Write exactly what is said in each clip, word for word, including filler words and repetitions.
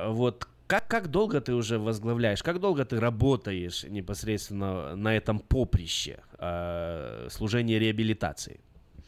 вот как, как долго ты уже возглавляешь, как долго ты работаешь непосредственно на этом поприще э, служения реабилитации?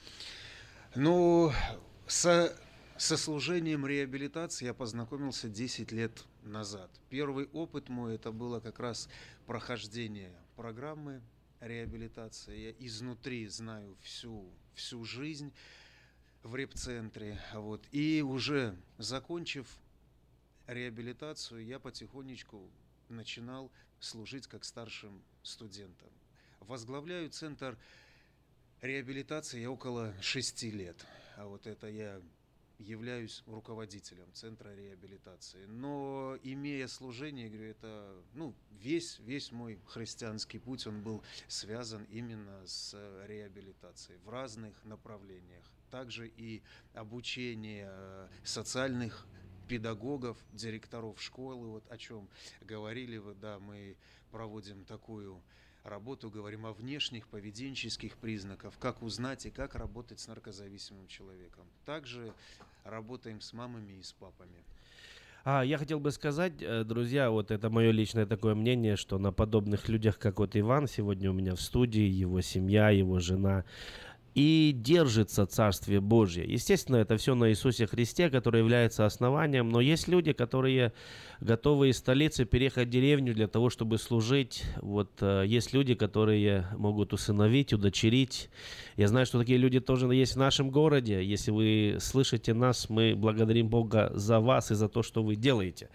Ну, со, со служением реабилитации я познакомился десять лет назад. Первый опыт мой это было как раз прохождение программы реабилитации. Я изнутри знаю всю, всю жизнь в репцентре. Вот. И уже закончив реабилитацию, я потихонечку начинал служить как старшим студентом. Возглавляю центр реабилитации я около шести лет. А вот это я являюсь руководителем центра реабилитации. Но имея служение, говорю, это ну, весь, весь мой христианский путь, он был связан именно с реабилитацией в разных направлениях. Также и обучение социальных педагогов, директоров школы, вот о чем говорили вы, да, мы проводим такую работу, говорим о внешних поведенческих признаках, как узнать и как работать с наркозависимым человеком. Также работаем с мамами и с папами. А, я хотел бы сказать, друзья, вот это мое личное такое мнение, что на подобных людях, как вот Иван, сегодня у меня в студии, его семья, его жена, и держится Царствие Божье. Естественно, это все на Иисусе Христе, который является основанием, но есть люди, которые готовы из столицы переехать в деревню для того, чтобы служить. Вот э, есть люди, которые могут усыновить, удочерить. Я знаю, что такие люди тоже есть в нашем городе. Если вы слышите нас, мы благодарим Бога за вас и за то, что вы делаете.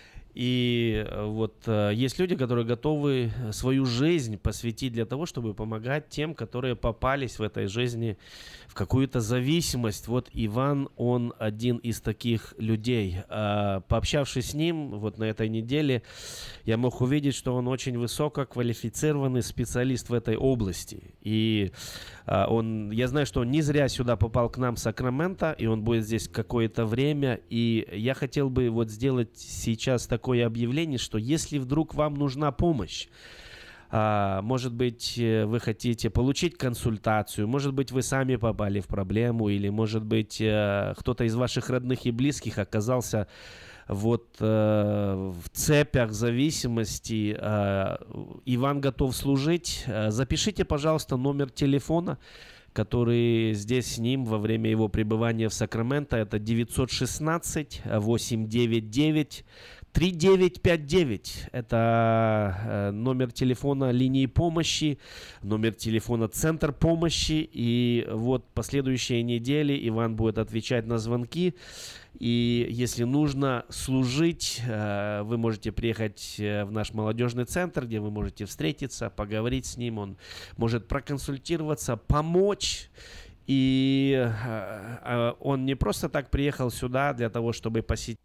И вот э, есть люди, которые готовы свою жизнь посвятить для того, чтобы помогать тем, которые попались в этой жизни в какую-то зависимость. Вот Иван, он один из таких людей. Э, пообщавшись с ним вот на этой неделе, я мог увидеть, что он очень высококвалифицированный специалист в этой области. И э, он, я знаю, что он не зря сюда попал к нам в Сакраменто, и он будет здесь какое-то время. И я хотел бы вот сделать сейчас такое такое объявление, что если вдруг вам нужна помощь, а, может быть, вы хотите получить консультацию, может быть, вы сами попали в проблему, или, может быть, кто-то из ваших родных и близких оказался вот в цепях зависимости, Иван готов служить, запишите, пожалуйста, номер телефона, который здесь с ним во время его пребывания в Сакраменто. Это девятьсот шестнадцать восемьсот девяносто девять три девять пять девять. Это э, номер телефона линии помощи, номер телефона центр помощи. И вот последующие недели Иван будет отвечать на звонки. И если нужно служить, э, вы можете приехать в наш молодежный центр, где вы можете встретиться, поговорить с ним. Он может проконсультироваться, помочь. И э, э, он не просто так приехал сюда для того, чтобы посетить.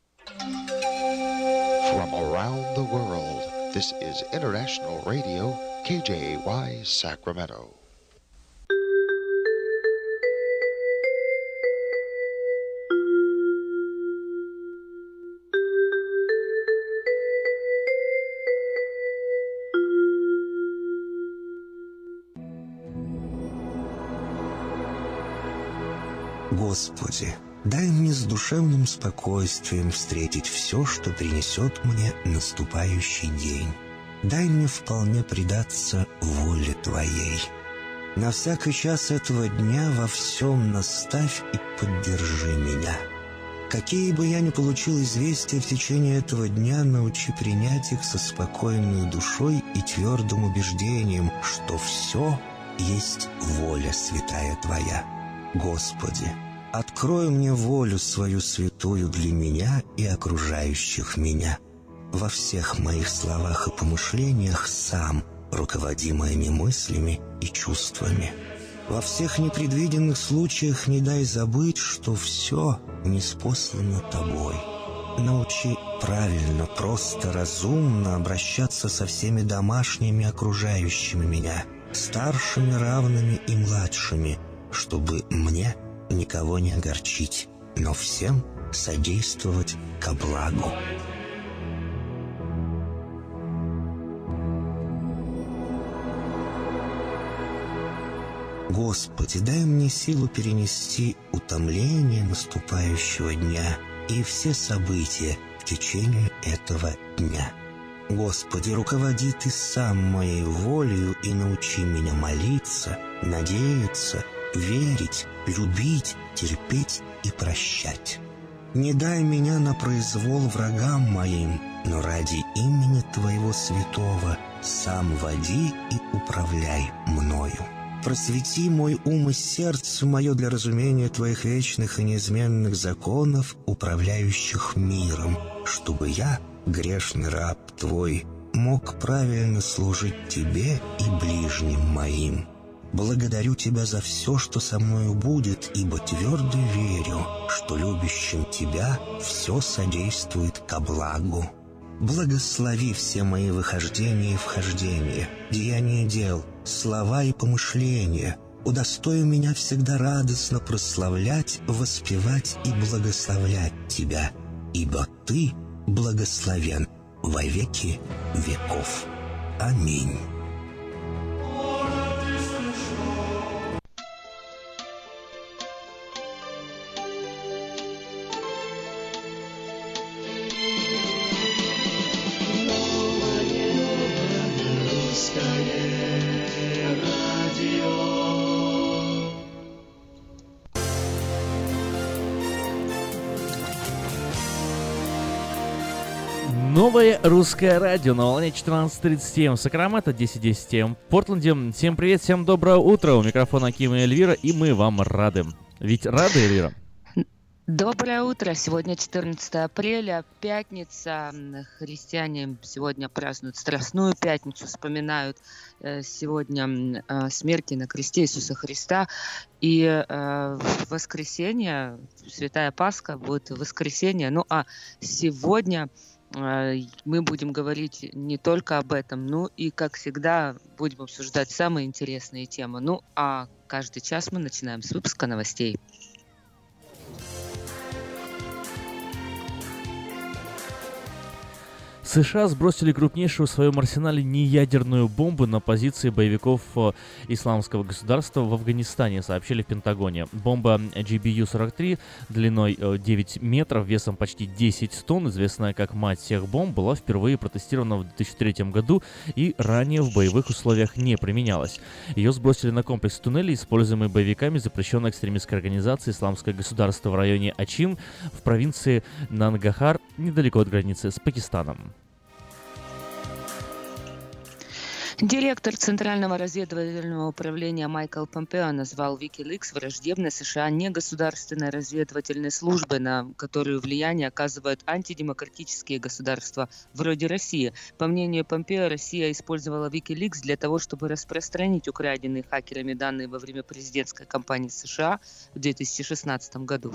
From around the world, this is International Radio, K J A Y, Sacramento. Господи, дай мне с душевным спокойствием встретить все, что принесет мне наступающий день. Дай мне вполне предаться воле Твоей. На всякий час этого дня во всем наставь и поддержи меня. Какие бы я ни получил известия в течение этого дня, научи принять их со спокойной душой и твердым убеждением, что все есть воля святая Твоя. Господи, открой мне волю свою святую для меня и окружающих меня. Во всех моих словах и помышлениях сам, руководи моими мыслями и чувствами. Во всех непредвиденных случаях не дай забыть, что все ниспослано Тобой. Научи правильно, просто, разумно обращаться со всеми домашними окружающими меня, старшими, равными и младшими, чтобы мне никого не огорчить, но всем содействовать ко благу. Господи, дай мне силу перенести утомление наступающего дня и все события, в течение этого дня. Господи, руководи Ты сам моей волею и научи меня молиться, надеяться, верить, любить, терпеть и прощать. Не дай меня на произвол врагам моим, но ради имени Твоего святого сам води и управляй мною. Просвети мой ум и сердце мое для разумения Твоих вечных и неизменных законов, управляющих миром, чтобы я, грешный раб Твой, мог правильно служить Тебе и ближним моим. Благодарю Тебя за все, что со мною будет, ибо твердо верю, что любящим Тебя все содействует ко благу. Благослови все мои выхождения и вхождения, деяния дел, слова и помышления. Удостой меня всегда радостно прославлять, воспевать и благословлять Тебя, ибо Ты благословен во веки веков. Аминь. Новое русское радио на волне четырнадцать тридцать эм, Сакраменто десять десять эм, Портленде. Всем привет, всем доброе утро. У микрофона Аким и Эльвира, и мы вам рады. Ведь рады, Эльвира? Доброе утро. Сегодня четырнадцатое апреля, пятница. Христиане сегодня празднуют Страстную пятницу, вспоминают э, сегодня э, смерти на кресте Иисуса Христа. И э, в воскресенье, Святая Пасха, будет воскресенье. Ну а сегодня э, мы будем говорить не только об этом, ну и, как всегда, будем обсуждать самые интересные темы. Ну а каждый час мы начинаем с выпуска новостей. США сбросили крупнейшую в своем арсенале неядерную бомбу на позиции боевиков Исламского государства в Афганистане, сообщили в Пентагоне. Бомба джи би ю сорок три длиной девять метров, весом почти десять тонн, известная как мать всех бомб, была впервые протестирована в две тысячи третьем году и ранее в боевых условиях не применялась. Ее сбросили на комплекс туннелей, используемый боевиками запрещенной экстремистской организации Исламское государство в районе Ачин в провинции Нангахар, недалеко от границы с Пакистаном. Директор Центрального разведывательного управления Майкл Помпео назвал Wikileaks враждебной США негосударственной разведывательной службой, на которую влияние оказывают антидемократические государства вроде России. По мнению Помпео, Россия использовала Wikileaks для того, чтобы распространить украденные хакерами данные во время президентской кампании США в две тысячи шестнадцатом году.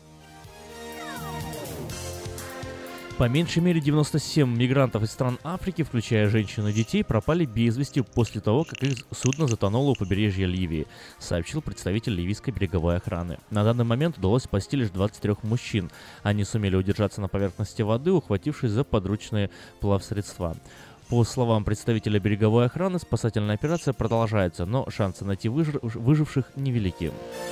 По меньшей мере девяносто семь мигрантов из стран Африки, включая женщин и детей, пропали без вести после того, как их судно затонуло у побережья Ливии, сообщил представитель ливийской береговой охраны. На данный момент удалось спасти лишь двадцать три мужчин. Они сумели удержаться на поверхности воды, ухватившись за подручные плавсредства. По словам представителя береговой охраны, спасательная операция продолжается, но шансы найти выж- выживших невелики.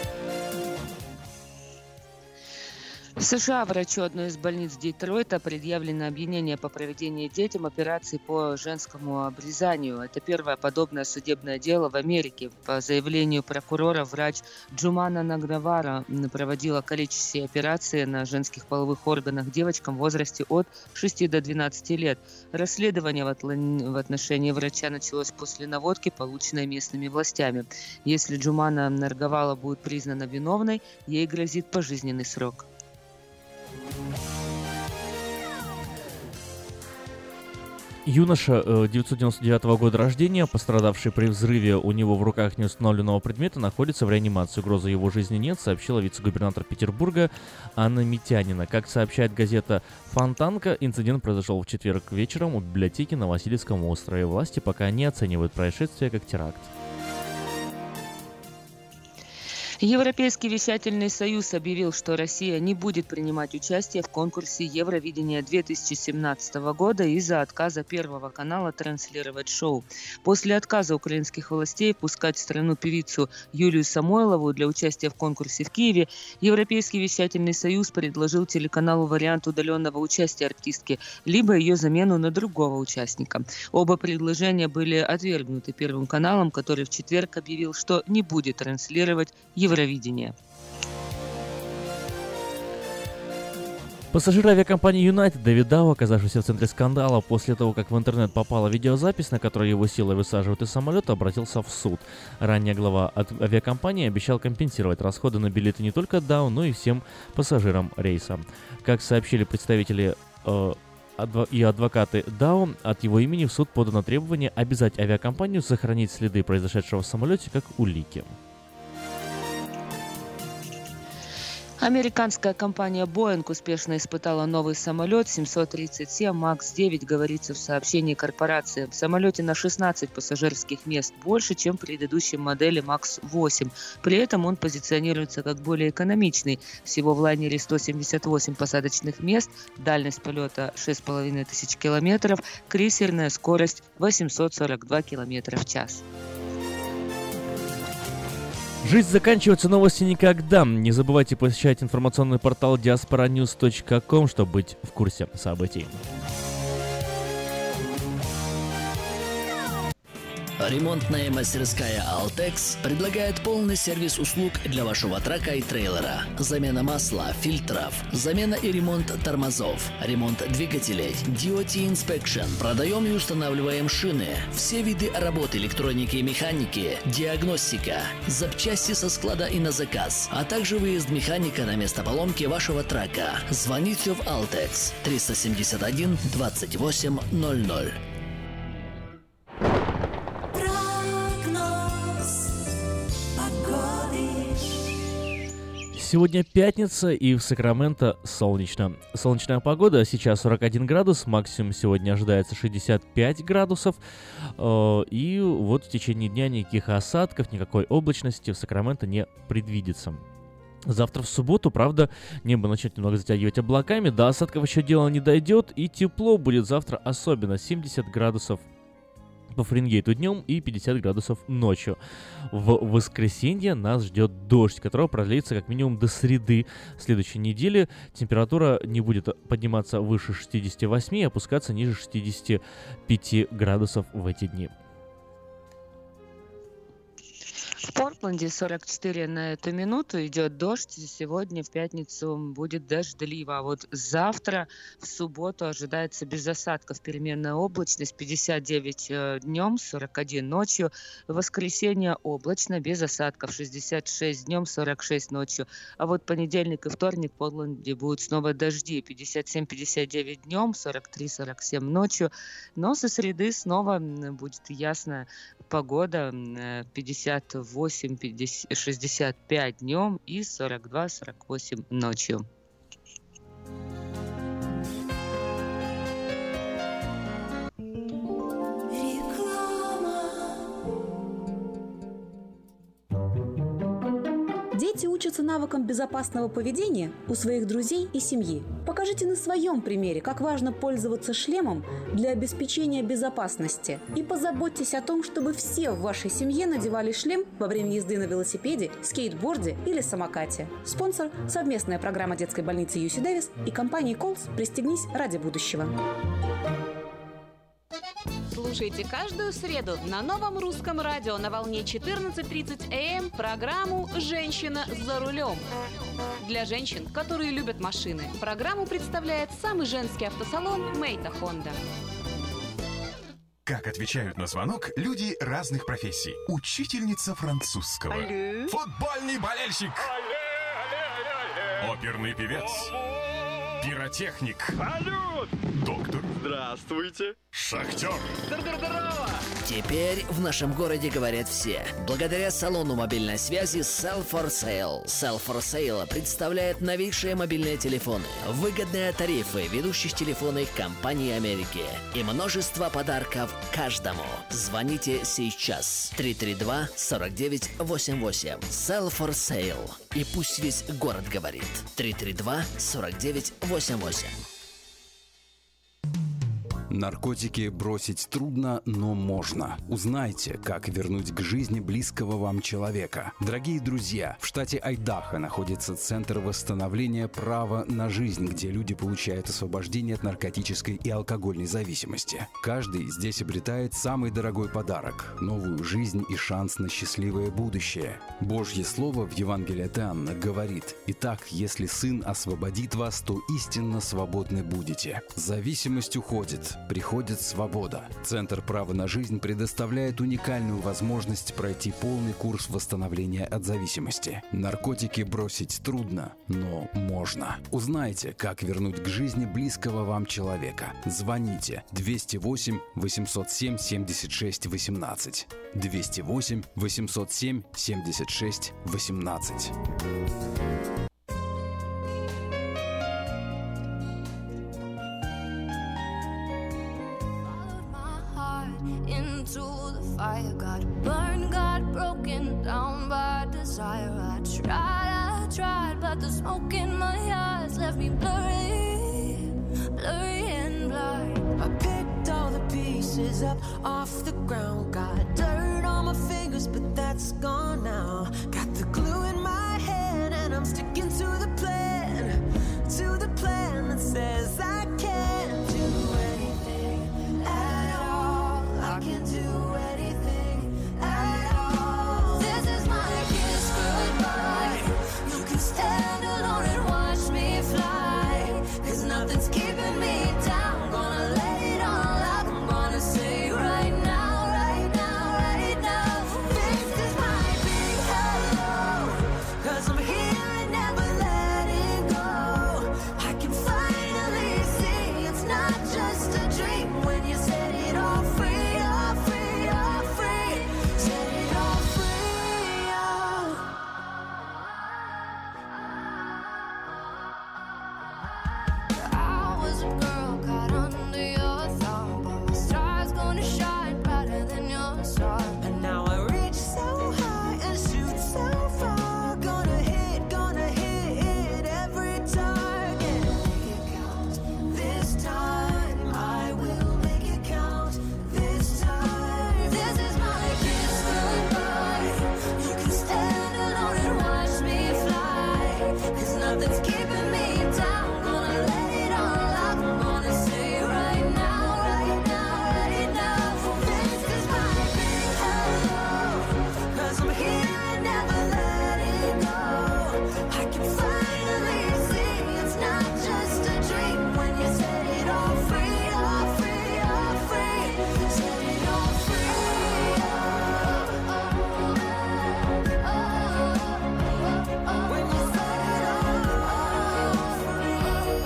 В США врачу одной из больниц Детройта предъявлено обвинение по проведению детям операций по женскому обрезанию. Это первое подобное судебное дело в Америке. По заявлению прокурора, врач Джумана Награвара проводила количественные операции на женских половых органах девочкам в возрасте от шести до двенадцати лет. Расследование в отношении врача началось после наводки, полученной местными властями. Если Джумана Награвара будет признана виновной, ей грозит пожизненный срок. Юноша девятьсот девяносто девятого года рождения, пострадавший при взрыве у него в руках неустановленного предмета, находится в реанимации. Угрозы его жизни нет, сообщила вице-губернатор Петербурга Анна Митянина. Как сообщает газета «Фонтанка», инцидент произошел в четверг вечером у библиотеки на Васильевском острове. Власти пока не оценивают происшествие как теракт. Европейский вещательный союз объявил, что Россия не будет принимать участие в конкурсе Евровидения две тысячи семнадцатого года из-за отказа Первого канала транслировать шоу. После отказа украинских властей пускать в страну певицу Юлию Самойлову для участия в конкурсе в Киеве, Европейский вещательный союз предложил телеканалу вариант удаленного участия артистки, либо ее замену на другого участника. Оба предложения были отвергнуты Первым каналом, который в четверг объявил, что не будет транслировать Евровидение. Пассажир авиакомпании United Дэвид Дау, оказавшийся в центре скандала после того, как в интернет попала видеозапись, на которой его силой высаживают из самолета, обратился в суд. Ранее глава авиакомпании обещал компенсировать расходы на билеты не только Дау, но и всем пассажирам рейса. Как сообщили представители э, и адвокаты Дау, от его имени в суд подано требование обязать авиакомпанию сохранить следы произошедшего в самолете как улики. Американская компания Boeing успешно испытала новый самолет семьсот тридцать семь макс девять, говорится в сообщении корпорации. В самолете на шестнадцать пассажирских мест больше, чем в предыдущей модели макс восемь. При этом он позиционируется как более экономичный. Всего в лайнере сто семьдесят восемь посадочных мест, дальность полета шесть с половиной тысяч километров, крейсерная скорость восемьсот сорок два километра в час. Жизнь заканчивается, новости никогда. Не забывайте посещать информационный портал диаспора ньюс точка ком, чтобы быть в курсе событий. Ремонтная мастерская «Алтекс» предлагает полный сервис услуг для вашего трака и трейлера. Замена масла, фильтров, замена и ремонт тормозов, ремонт двигателей, ди о ти Inspection. Продаем и устанавливаем шины, все виды работы электроники и механики, диагностика, запчасти со склада и на заказ, а также выезд механика на место поломки вашего трака. Звоните в «Алтекс» триста семьдесят один двадцать восемь ноль ноль. Сегодня пятница, и в Сакраменто солнечно. Солнечная погода, сейчас сорок один градус, максимум сегодня ожидается шестьдесят пять градусов. И вот в течение дня никаких осадков, никакой облачности в Сакраменто не предвидится. Завтра в субботу, правда, небо начнет немного затягивать облаками, до осадков еще дело не дойдет, и тепло будет завтра особенно, семьдесят градусов по Фаренгейту днем и пятьдесят градусов ночью. В воскресенье нас ждет дождь, который продлится как минимум до среды следующей недели. Температура не будет подниматься выше шестидесяти восьми и опускаться ниже шестидесяти пяти градусов в эти дни. В Портленде сорок четыре на эту минуту, идет дождь. Сегодня в пятницу будет дождливо. А вот завтра в субботу ожидается без осадков, переменная облачность, пятьдесят девять днем, сорок один ночью. В воскресенье облачно, без осадков, шестьдесят шесть днем, сорок шесть ночью. А вот понедельник и вторник в Портленде будут снова дожди, пятьдесят семь пятьдесят девять днем, сорок три сорок семь ночью. Но со среды снова будет ясная погода, пятьдесят восемь шестьдесят пять днем и сорок два сорок восемь ночью. Дети учатся навыкам безопасного поведения у своих друзей и семьи. Покажите на своем примере, как важно пользоваться шлемом для обеспечения безопасности. И позаботьтесь о том, чтобы все в вашей семье надевали шлем во время езды на велосипеде, скейтборде или самокате. Спонсор – совместная программа детской больницы ю си Дэвис и компании Колс «Пристегнись ради будущего». Слушайте каждую среду на новом русском радио на волне четырнадцать тридцать эй эм программу «Женщина за рулем». Для женщин, которые любят машины, программу представляет самый женский автосалон «Мейта Хонда». Как отвечают на звонок люди разных профессий. Учительница французского. Алле. Футбольный болельщик. Алле, алле, алле. Оперный певец. Пиротехник. Салют! Доктор. Здравствуйте. Шахтер. Здорово. Теперь в нашем городе говорят все. Благодаря салону мобильной связи Sell for Sale. Sell for Sale представляет новейшие мобильные телефоны, выгодные тарифы ведущих телефонных компаний Америки и множество подарков каждому. Звоните сейчас. три три два сорок девять восемьдесят восемь. Sell for Sale. И пусть весь город говорит. три три два сорок девять восемьдесят восемь. Наркотики бросить трудно, но можно. Узнайте, как вернуть к жизни близкого вам человека. Дорогие друзья, в штате Айдахо находится Центр восстановления права на жизнь, где люди получают освобождение от наркотической и алкогольной зависимости. Каждый здесь обретает самый дорогой подарок – новую жизнь и шанс на счастливое будущее. Божье Слово в Евангелии от Иоанна говорит: «Итак, если Сын освободит вас, то истинно свободны будете». Зависимость уходит. Приходит свобода. Центр права на жизнь предоставляет уникальную возможность пройти полный курс восстановления от зависимости. Наркотики бросить трудно, но можно. Узнайте, как вернуть к жизни близкого вам человека. Звоните двести восемь восемьсот семь семьдесят шесть восемнадцать. двести восемь восемьсот семь семьдесят шесть восемнадцать. Fire got burned, got broken down by desire. I tried, I tried, but the smoke in my eyes left me blurry, blurry and blind. I picked all the pieces up off the ground. Got dirt on my fingers, but that's gone now. Got the glue in my hand and I'm sticking to the plan, to the plan that says I can't do anything at all. I can't do anything. Stand alone and watch me fly, 'cause nothing's keeping me down. Gonna let it all out. I'm gonna say right now, right now, right now. This is my big hello, 'cause I'm here and never letting go. I can finally see it's not just a dream when you set it all free, all free, all free. Set it all free, oh. Girl caught under your thumb, but my star's gonna shine brighter than your star. And now I reach so high and shoot so far. Gonna hit, gonna hit, hit every target. Make it count. This time I will make it count. This time. This is my kiss goodbye. You can stand alone and watch me fly, 'cause nothing's keeping me down. Gonna let it all out. I'm gonna say right now, right now, right now. This is my big hello, 'cause I'm here and never letting go. I can finally see it's not just a dream when you set it all free, all free, all free. Set it all free, oh, oh, oh, oh, oh. When you set it all free.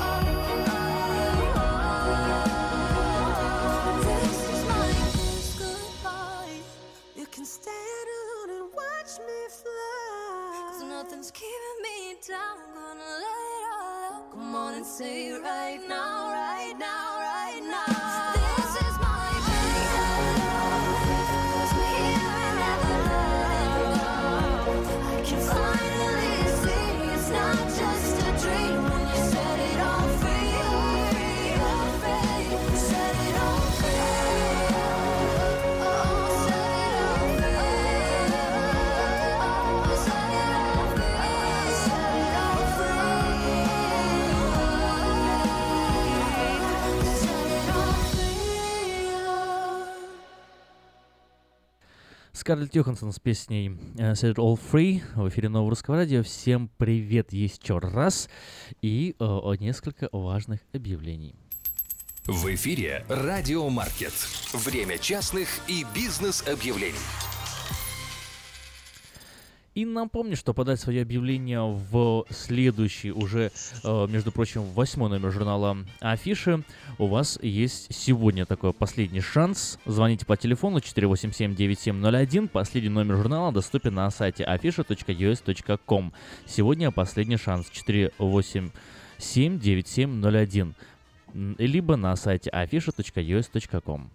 This is my kiss goodbye. You can stand alone and watch me fly, 'cause nothing's keeping me down. Gonna let it all out. Come on and say right now, right now, right now. This is my big hello, 'cause I'm here and never letting go. I can finally see it's not just a dream when you set it all free, all free, all free. Set it all free, oh, set it all free, oh, set it all free, set it all free, set it all free, oh. Скарлетт Йоханссон с песней э, Set It All Free в эфире Нового Русского Радио. Всем привет еще раз и э, несколько важных объявлений. В эфире Радио Маркет. Время частных и бизнес-объявлений. И напомню, что подать свое объявление в следующий, уже, э, между прочим, восьмой номер журнала «Афиши» у вас есть сегодня такой последний шанс. Звоните по телефону четыре восемь семь девять семь ноль один. Последний номер журнала доступен на сайте афиша точка ю эс точка ком. Сегодня последний шанс четыре восемь семь девять семь ноль один. Либо на сайте афиша точка ю эс точка ком.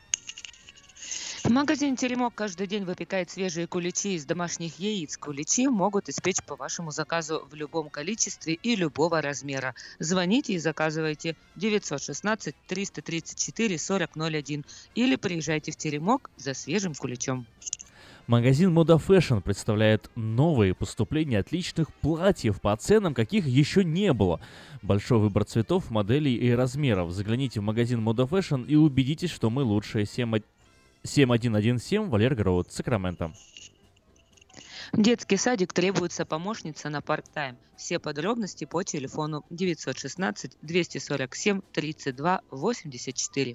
Магазин «Теремок» каждый день выпекает свежие куличи из домашних яиц. Куличи могут испечь по вашему заказу в любом количестве и любого размера. Звоните и заказывайте девятьсот шестнадцать триста тридцать четыре сорок ноль один или приезжайте в «Теремок» за свежим куличом. Магазин Мода Fashion представляет новые поступления отличных платьев по ценам, каких еще не было. Большой выбор цветов, моделей и размеров. Загляните в магазин Мода Fashion и убедитесь, что мы лучшие. семь один один семь Валерго Роуд, Сакраменто. Детский садик требуется помощница на парт-тайм. Все подробности по телефону девятьсот шестнадцать двести сорок семь тридцать два восемьдесят четыре.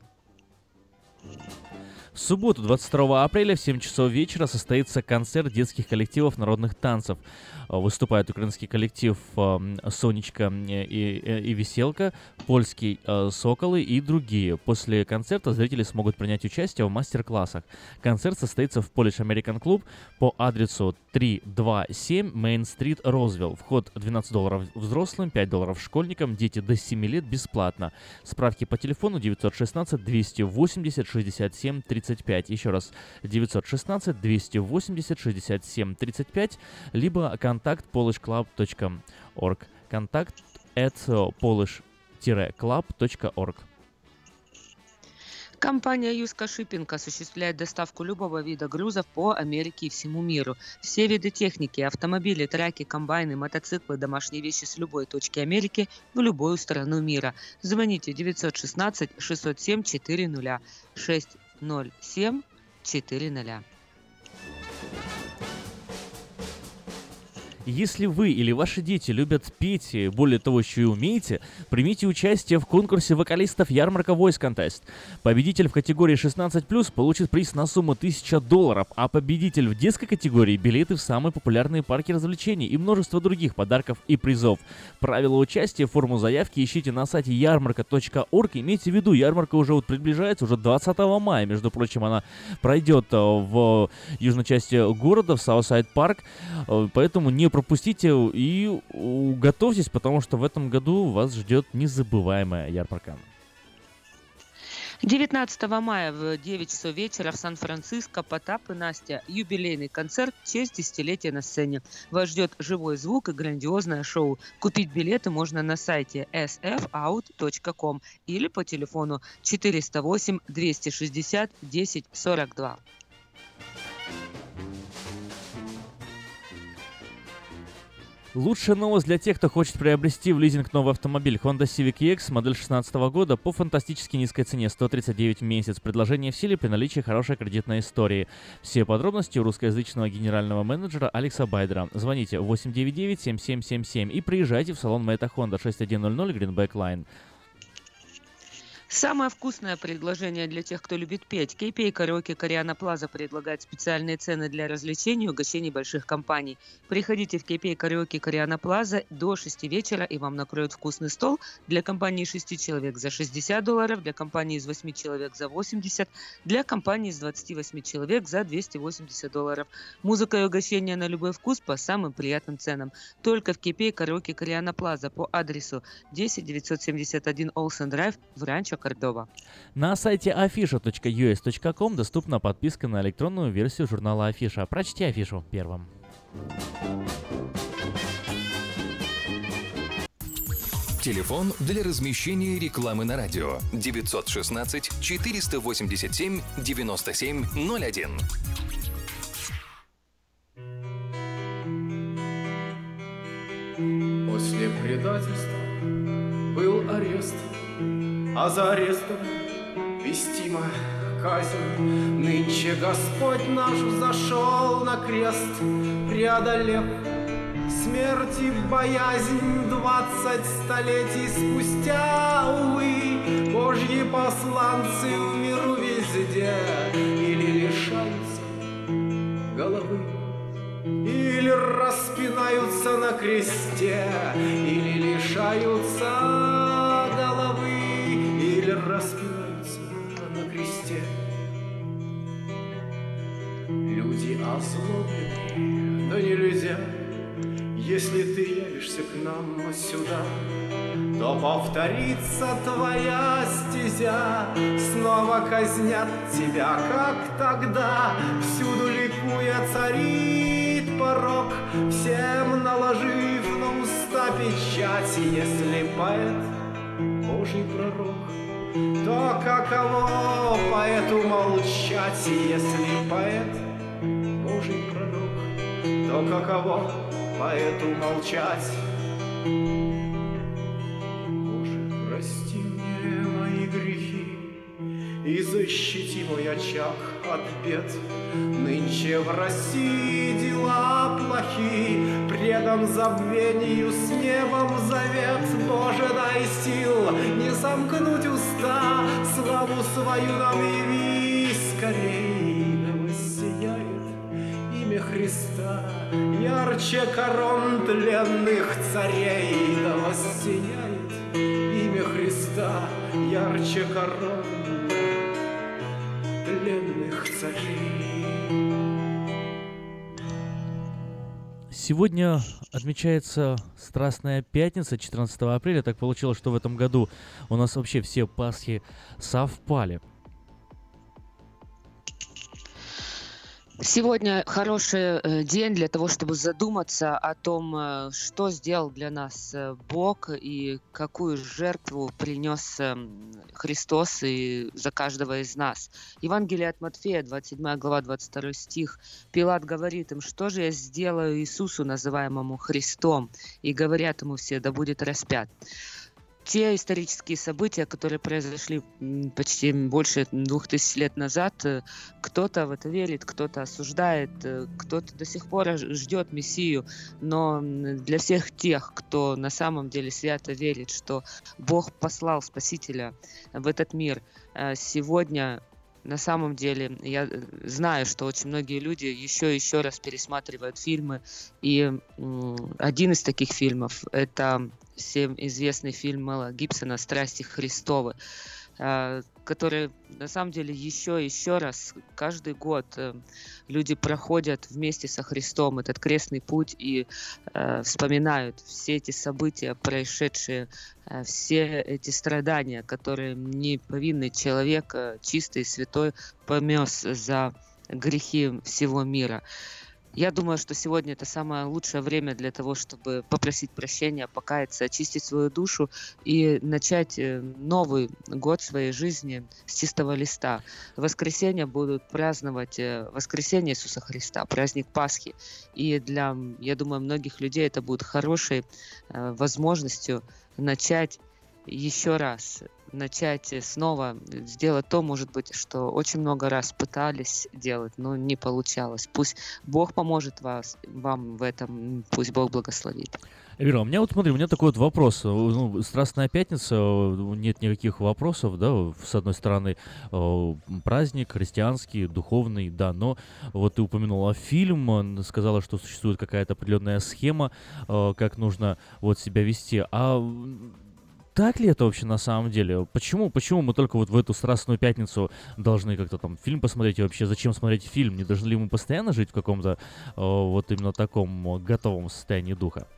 В субботу, двадцать второго апреля в семь часов вечера состоится концерт детских коллективов народных танцев. Выступает украинский коллектив «Сонечка» и, и, и «Веселка», польский «Соколы» и другие. После концерта зрители смогут принять участие в мастер-классах. Концерт состоится в Polish American Club по адресу триста двадцать семь Main Street, Розвилл. Вход двенадцать долларов взрослым, пять долларов школьникам, дети до семи лет бесплатно. Справки по телефону девятьсот шестнадцать двести восемьдесят шестьдесят семь тридцать пять. Еще раз, девятьсот шестнадцать двести восемьдесят шестьдесят семь тридцать пять, либо контакт polish club точка org. Контакт at polish club точка org. Компания Юска Шиппинг осуществляет доставку любого вида грузов по Америке и всему миру. Все виды техники, автомобили, траки, комбайны, мотоциклы, домашние вещи с любой точки Америки в любую страну мира. Звоните девятьсот шестнадцать шестьсот семь четыреста шестьсот семь четыреста. Если вы или ваши дети любят петь и, более того, еще и умеете, примите участие в конкурсе вокалистов «Ярмарка Voice Contest». Победитель в категории шестнадцать плюс получит приз на сумму тысяча долларов, а победитель в детской категории – билеты в самые популярные парки развлечений и множество других подарков и призов. Правила участия, форму заявки ищите на сайте ярмарка точка орг. Имейте в виду, ярмарка уже вот приближается, уже двадцатого мая, между прочим, она пройдет в южной части города, в Саутсайд Парк, поэтому не пропустите и готовьтесь, потому что в этом году вас ждет незабываемая ярмарка. девятнадцатого мая в девять часов вечера в Сан-Франциско Потап и Настя. Юбилейный концерт в честь десятилетия на сцене. Вас ждет живой звук и грандиозное шоу. Купить билеты можно на сайте эс эф аут точка ком или по телефону четыреста восемь двести шестьдесят десять сорок два. Лучшая новость для тех, кто хочет приобрести в лизинг новый автомобиль. Honda Civic и экс, модель шестнадцатого года, по фантастически низкой цене сто тридцать девять в месяц. Предложение в силе при наличии хорошей кредитной истории. Все подробности у русскоязычного генерального менеджера Алекса Байдера. Звоните восемь девять девять семь семь семь семь и приезжайте в салон Мэйта Honda шесть один ноль ноль Greenback Line. Самое вкусное предложение для тех, кто любит петь. кей пи эй Караоке Кориана Плаза предлагает специальные цены для развлечений и угощений больших компаний. Приходите в кей пи эй Караоке Кориана Плаза до шести вечера, и вам накроют вкусный стол для компании из шести человек за шестьдесят долларов, для компании из восьми человек за восемьдесят, для компании из двадцати восьми человек за двести восемьдесят долларов. Музыка и угощения на любой вкус по самым приятным ценам. Только в кей пи эй Караоке Кориана Плаза по адресу десять девятьсот семьдесят один Олсен Драйв в Ранчо Кордова. На сайте афиша точка ю эс точка ком доступна подписка на электронную версию журнала Афиша. Прочти афишу первым. Телефон для размещения рекламы на радио девятьсот шестнадцать четыреста восемьдесят семь девяносто семь ноль один. После предательства был арест, а за арестом вестима казнь. Нынче Господь наш взошел на крест, преодолев смерти боязнь. Двадцать столетий спустя, увы, Божьи посланцы в миру везде или лишаются головы, или или распинаются на кресте, или лишаются головы, или распинаются на кресте. Люди озлоблены, но нельзя. Если ты явишься к нам сюда, то повторится твоя стезя. Снова казнят тебя, как тогда. Всюду ликуя царит порок, всем наложив на уста печать. Если поэт Божий пророк, то каково поэту молчать? Если поэт Божий пророк, то каково поэту молчать? Боже, прости мне мои грехи и защити мой очаг от бед. Нынче в России дела плохи, предан забвению с небом завет. Боже, дай сил не сомкнуть уста, славу свою нам яви скорей. Да воссияет имя Христа ярче корон тленных царей. Да воссияет имя Христа ярче корон тленных царей. Сегодня отмечается Страстная Пятница, четырнадцатого апреля. Так получилось, что в этом году у нас вообще все Пасхи совпали. Сегодня хороший э, день для того, чтобы задуматься о том, э, что сделал для нас э, Бог и какую жертву принес э, Христос и за каждого из нас. Евангелие от Матфея, двадцать седьмая глава, двадцать второй стих. Пилат говорит им: что же я сделаю Иисусу, называемому Христом? И говорят ему все: да будет распят. Те исторические события, которые произошли почти больше двух тысяч лет назад, кто-то в это верит, кто-то осуждает, кто-то до сих пор ждет Мессию, но для всех тех, кто на самом деле свято верит, что Бог послал Спасителя в этот мир, сегодня на самом деле я знаю, что очень многие люди еще и еще раз пересматривают фильмы, и один из таких фильмов — это всем известный фильм Мэла Гибсона «Страсти Христовы», который на самом деле еще и еще раз каждый год люди проходят вместе со Христом этот крестный путь и э, вспоминают все эти события, происшедшие, э, все эти страдания, которые неповинный человек, чистый и святой, понес за грехи всего мира. Я думаю, что сегодня это самое лучшее время для того, чтобы попросить прощения, покаяться, очистить свою душу и начать новый год своей жизни с чистого листа. В воскресенье будут праздновать воскресение Иисуса Христа, праздник Пасхи. И для, я думаю, многих людей это будет хорошей э, возможностью начать еще раз, начать снова сделать то, может быть, что очень много раз пытались делать, но не получалось. Пусть Бог поможет вас, вам в этом, пусть Бог благословит. Вера, у меня вот, смотри, у меня такой вот вопрос. Ну, Страстная Пятница, нет никаких вопросов, да, с одной стороны, праздник христианский, духовный, да, но вот ты упомянула фильм, сказала, что существует какая-то определенная схема, как нужно вот себя вести, а так ли это вообще на самом деле? Почему, почему мы только вот в эту Страстную Пятницу должны как-то там фильм посмотреть? И вообще, зачем смотреть фильм? Не должны ли мы постоянно жить в каком-то э, вот именно таком готовом состоянии духа?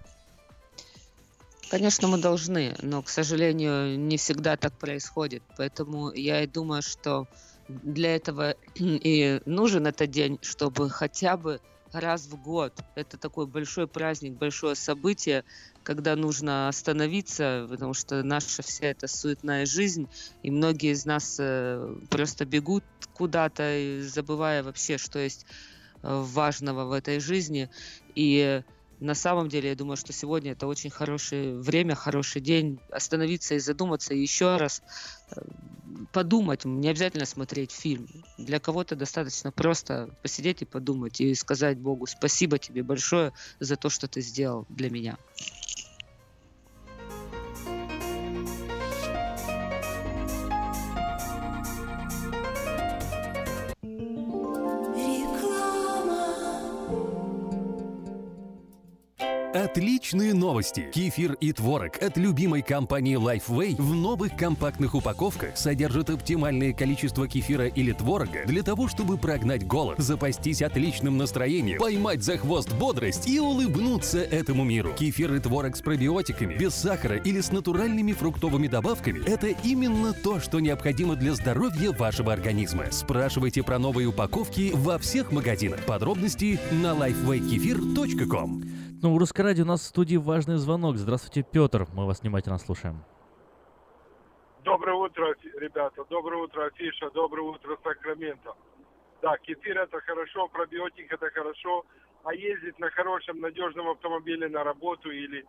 Конечно, мы должны, но, к сожалению, не всегда так происходит. Поэтому я и думаю, что для этого и нужен этот день, чтобы хотя бы раз в год. Это такой большой праздник, большое событие, когда нужно остановиться, потому что наша вся эта суетная жизнь, и многие из нас э, просто бегут куда-то, забывая вообще, что есть э, важного в этой жизни. И на самом деле, я думаю, что сегодня это очень хорошее время, хороший день остановиться и задуматься, и еще раз э, подумать. Не обязательно смотреть фильм. Для кого-то достаточно просто посидеть и подумать, и сказать Богу: спасибо тебе большое за то, что ты сделал для меня. Отличные новости! Кефир и творог от любимой компании Lifeway в новых компактных упаковках содержат оптимальное количество кефира или творога для того, чтобы прогнать голод, запастись отличным настроением, поймать за хвост бодрость и улыбнуться этому миру. Кефир и творог с пробиотиками, без сахара или с натуральными фруктовыми добавками – это именно то, что необходимо для здоровья вашего организма. Спрашивайте про новые упаковки во всех магазинах. Подробности на лайфвей кефир точка ком. Ну, у Русское радио у нас в студии важный звонок. Здравствуйте, Петр. Мы вас внимательно слушаем. Доброе утро, ребята. Доброе утро, Афиша. Доброе утро, Сакраменто. Да, кефир это хорошо, пробиотик это хорошо, а ездить на хорошем, надежном автомобиле на работу или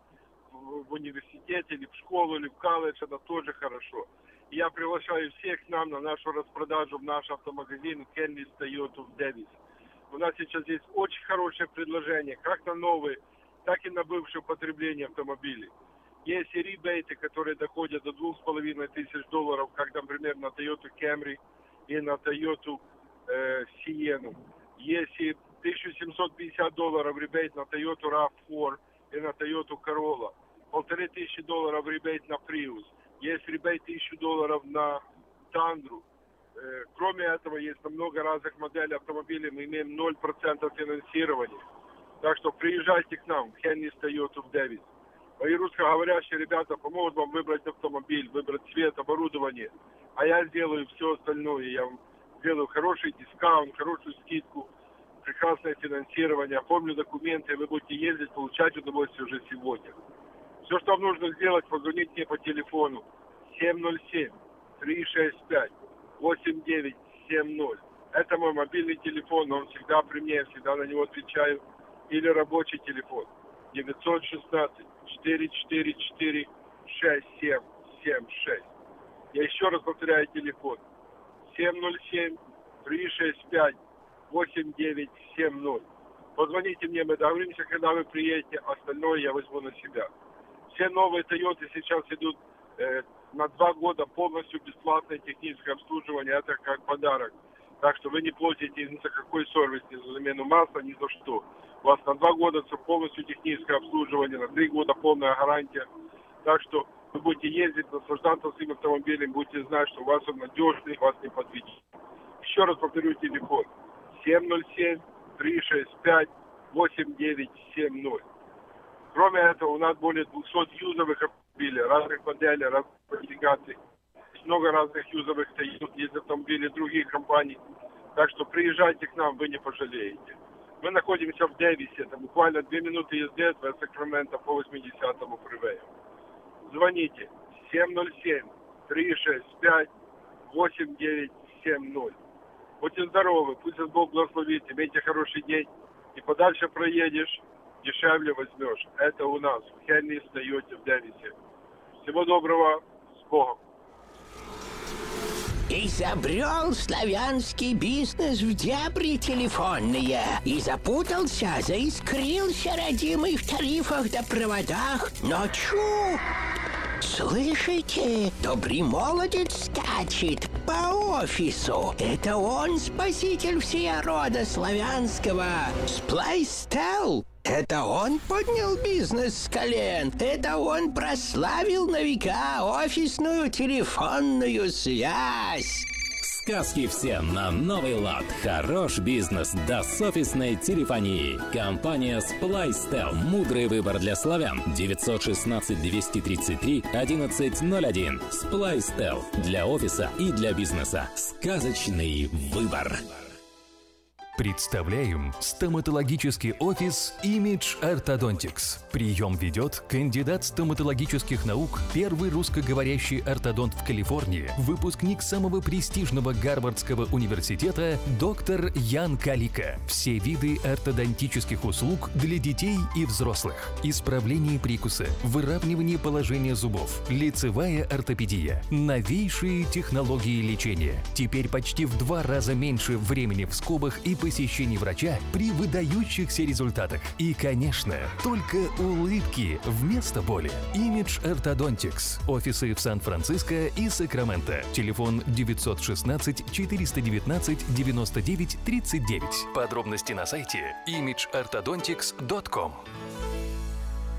в университет, или в школу, или в колледж, это тоже хорошо. Я приглашаю всех к нам на нашу распродажу в наш автомагазин Kenlis Toyota в Дэвис. У нас сейчас есть очень хорошее предложение, как на новые, так и на бывшее употребление автомобилей. Есть и ребейты, которые доходят до двух с половиной тысяч долларов, как, например, на Toyota Camry и на Toyota э, Sienna. Есть и тысяча семьсот пятьдесят долларов ребейт на Toyota рав четыре и на Toyota Corolla. Полторы тысячи долларов ребейт на Prius. Есть ребейт тысячу долларов на Tundra. Э, кроме этого, есть много разных моделей автомобилей. Мы имеем ноль процентов финансирования. Так что приезжайте к нам в Kenlis Toyota в Дэвис. Мои русскоговорящие ребята помогут вам выбрать автомобиль, выбрать цвет, оборудование. А я сделаю все остальное. Я вам сделаю хороший дискаунт, хорошую скидку, прекрасное финансирование, оформлю документы, и вы будете ездить, получать удовольствие уже сегодня. Все, что вам нужно сделать, позвонить мне по телефону семь ноль семь три шесть пять восемь девять семь ноль. Это мой мобильный телефон, он всегда при мне, я всегда на него отвечаю. Или рабочий телефон девятьсот шестнадцать четыре четыре четыре шесть семь семь шесть. Я еще раз повторяю телефон семь ноль семь три шесть пять восемь девять семь ноль. Позвоните мне, мы договоримся, когда вы приедете, остальное я возьму на себя. Все новые Toyota сейчас идут э, на два года полностью бесплатное техническое обслуживание, это как подарок. Так что вы не платите ни за какой сервис, ни за замену масла, ни за что. У вас на два года полностью техническое обслуживание, на три года полная гарантия. Так что вы будете ездить, наслаждаться своим автомобилем, будете знать, что у вас он надежный, вас не подведет. Еще раз повторю телефон семь ноль семь три шесть пять восемь девять семь ноль. Кроме этого, у нас более двухсот юзовых автомобилей, разных моделей, разных модификаций. Есть много разных юзовых Toyota, есть автомобили других компаний. Так что приезжайте к нам, вы не пожалеете. Мы находимся в Дэвисе, это буквально две минуты езды от Сакраменто по восьмидесятому фривею. Звоните семь ноль семь три шесть пять восемь девять семь ноль. Будьте здоровы, пусть вас Бог благословит, имейте хороший день. И подальше проедешь, дешевле возьмешь. Это у нас в Kenlis Toyota в Дэвисе. Всего доброго, с Богом. Изобрел славянский бизнес в дебри телефонные и запутался, заискрился родимый в тарифах да проводах. Но чу! Слышите? Добрый молодец скачет по офису. Это он спаситель всея рода славянского. Сплайстел. Это он поднял бизнес с колен. Это он прославил на века офисную телефонную связь. Сказки все на новый лад. Хорош бизнес да с офисной телефонии. Компания Splystel. Мудрый выбор для славян. девятьсот шестнадцать двести тридцать три одиннадцать ноль один. Splystel. Для офиса и для бизнеса. Сказочный выбор. Представляем стоматологический офис Image Orthodontics. Прием ведет кандидат стоматологических наук, первый русскоговорящий ортодонт в Калифорнии, выпускник самого престижного Гарвардского университета доктор Ян Калика. Все виды ортодонтических услуг для детей и взрослых. Исправление прикуса, выравнивание положения зубов, лицевая ортопедия, новейшие технологии лечения. Теперь почти в два раза меньше времени в скобах и посещений врача при выдающихся результатах. И, конечно, только улыбки вместо боли. Image Orthodontics. Офисы в Сан-Франциско и Сакраменто. Телефон девятьсот шестнадцать четыреста девятнадцать девяносто девять тридцать девять. Подробности на сайте имидж ортодонтикс точка ком.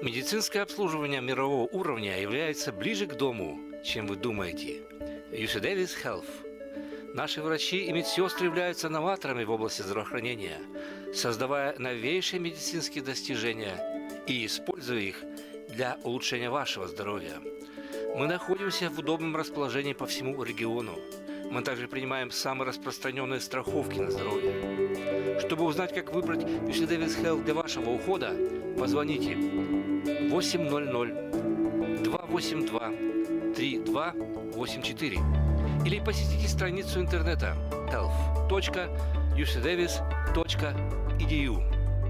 Медицинское обслуживание мирового уровня является ближе к дому, чем вы думаете. ю си Davis Health. Наши врачи и медсестры являются новаторами в области здравоохранения, создавая новейшие медицинские достижения и используя их для улучшения вашего здоровья. Мы находимся в удобном расположении по всему региону. Мы также принимаем самые распространенные страховки на здоровье. Чтобы узнать, как выбрать ю си Davis Health для вашего ухода, позвоните восемь ноль ноль два восемь два три два восемь четыре или посетите страницу интернета health точка ю си davis точка и ди ю.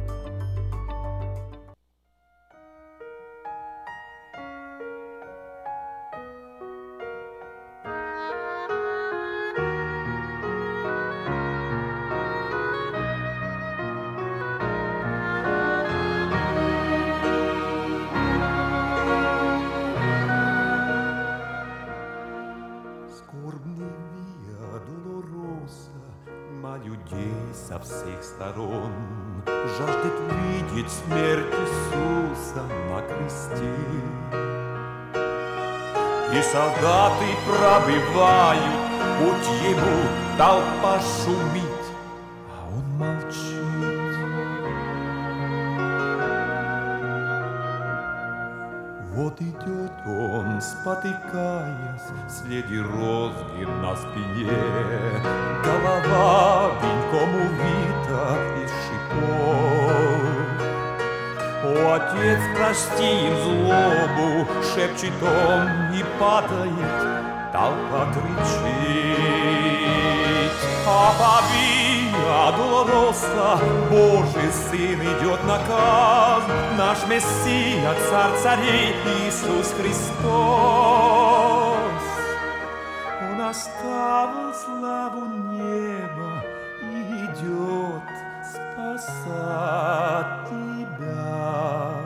Со всех сторон жаждет видеть смерть Иисуса на кресте. И солдаты пробивают путь ему, толпа шумит, а он молчит. Вот идет он, спотыкаясь, среди розги на спине, голова венком увита из шипов. О, Отец, прости им злобу, шепчет он и падает, толпа кричит. Ава Виа Долороса, Божий Сын идет на казнь, наш Мессия, Царь царей, Иисус Христос. Он оставил славу неба и идет спасать тебя.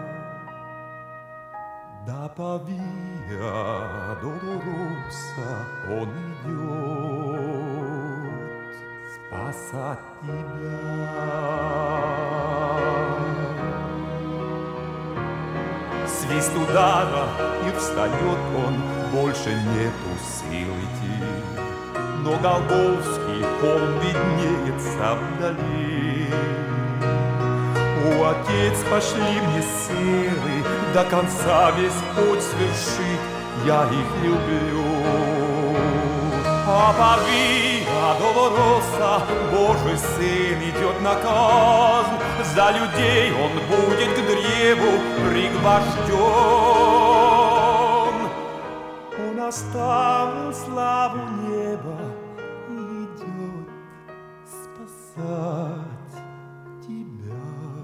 Да по Виа Долороса он идет спасать тебя. Свист удара, и встает он, больше нету сил идти. Но Голгофский холм виднеется вдали. О, Отец, пошли мне силы, до конца весь путь свершить, я их люблю. Ава Виа Долороса, Божий Сын идет на казнь, за людей он будет к древу пригвожден. Он оставил славу неба и идет спасать тебя.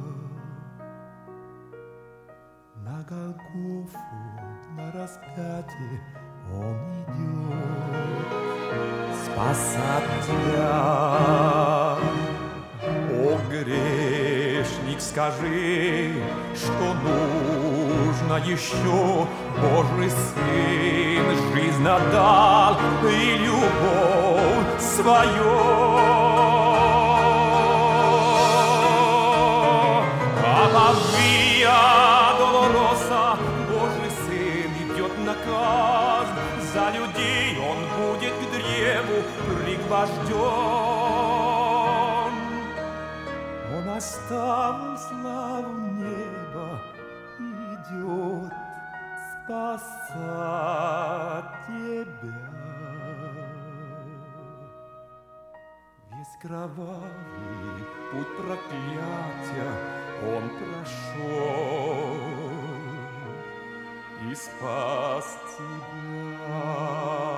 На Голгофу, на распятие он идет спасать тебя. О, грешник, скажи, что нужно еще. Божий Сын жизнь отдал и любовь свою. Ава Виа Долороса, Божий Сын идет на казнь, за людей он будет к древу пригвожден. Он оставил славу неба и идет спасать тебя. Весь кровавый путь проклятия он прошел и спас тебя.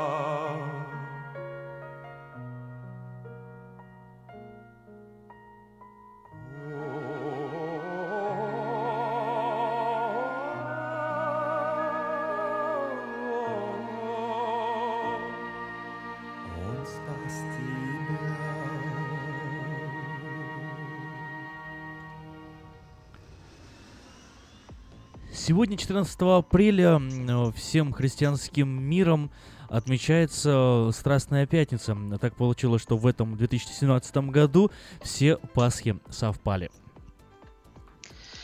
Сегодня, четырнадцатого апреля, всем христианским миром отмечается Страстная Пятница. Так получилось, что в этом две тысячи семнадцатом году все Пасхи совпали.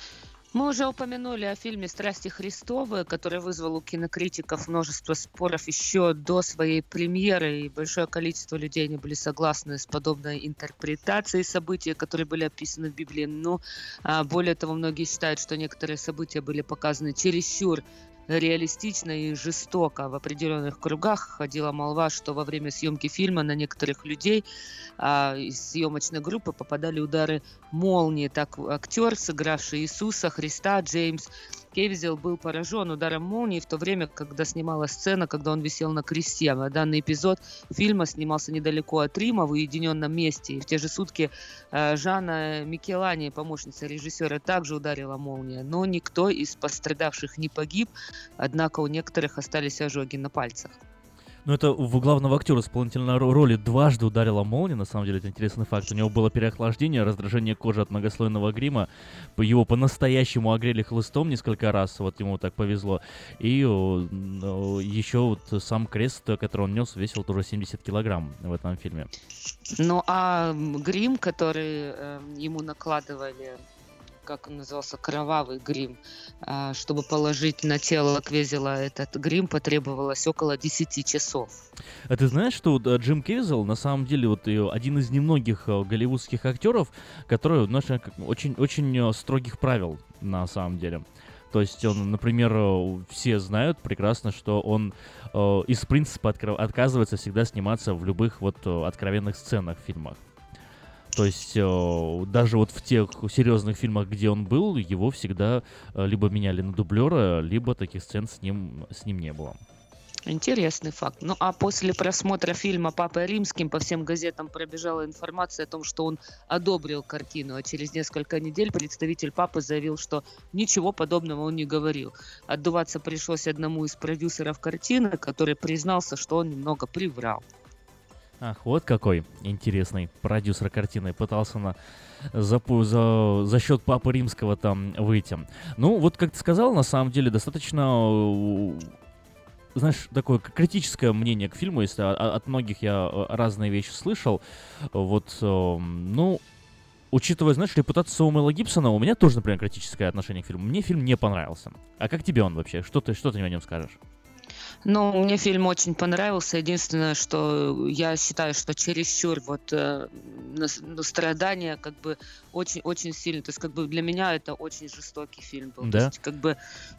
Мы уже упомянули о фильме «Страсти Христовы», который вызвал у кинокритиков множество споров еще до своей премьеры, и большое количество людей не были согласны с подобной интерпретацией событий, которые были описаны в Библии. Но а, более того, многие считают, что некоторые события были показаны чересчур реалистично и жестоко. В определенных кругах ходила молва, что во время съемки фильма на некоторых людей а, из съемочной группы попадали удары молнии. Так актер, сыгравший Иисуса Христа, Джеймс Кевизел, был поражен ударом молнии в то время, когда снималась сцена, когда он висел на кресте. А данный эпизод фильма снимался недалеко от Рима, в уединенном месте. И в те же сутки а, Жанна Микелани, помощница режиссера, также ударила молния. Но никто из пострадавших не погиб, однако у некоторых остались ожоги на пальцах. Ну, это в главного актера исполнительной роли дважды ударила молния, на самом деле, это интересный факт. У него было переохлаждение, раздражение кожи от многослойного грима. Его по-настоящему огрели хлыстом несколько раз, вот ему так повезло. И о, о, еще вот сам крест, который он нес, весил тоже семьдесят килограмм в этом фильме. Ну, а грим, который э, ему накладывали, как он назывался, кровавый грим, чтобы положить на тело Квезела этот грим, потребовалось около десяти часов. А ты знаешь, что Джим Кевизел на самом деле вот один из немногих голливудских актеров, который очень, очень строгих правил на самом деле. То есть он, например, все знают прекрасно, что он э, из принципа откро- отказывается всегда сниматься в любых вот откровенных сценах в фильмах. То есть э, даже вот в тех серьезных фильмах, где он был, его всегда э, либо меняли на дублера, либо таких сцен с ним, с ним не было. Интересный факт. Ну а после просмотра фильма «Папой Римским» по всем газетам пробежала информация о том, что он одобрил картину, а через несколько недель представитель Папы заявил, что ничего подобного он не говорил. Отдуваться пришлось одному из продюсеров картины, который признался, что он немного приврал. Ах, вот какой интересный продюсер картины пытался на, за, за, за счет Папы Римского там выйти. Ну, вот как ты сказал, на самом деле достаточно, знаешь, такое критическое мнение к фильму, если от многих я разные вещи слышал. Вот, ну, учитывая, знаешь, репутацию Мела Гибсона, у меня тоже, например, критическое отношение к фильму. Мне фильм не понравился. А как тебе он вообще? Что ты, что ты о нем скажешь? Ну, мне фильм очень понравился. Единственное, что я считаю, что чересчур вот э, ну, страдания как бы очень, очень сильно. То есть как бы для меня это очень жестокий фильм был. Да? То есть как бы,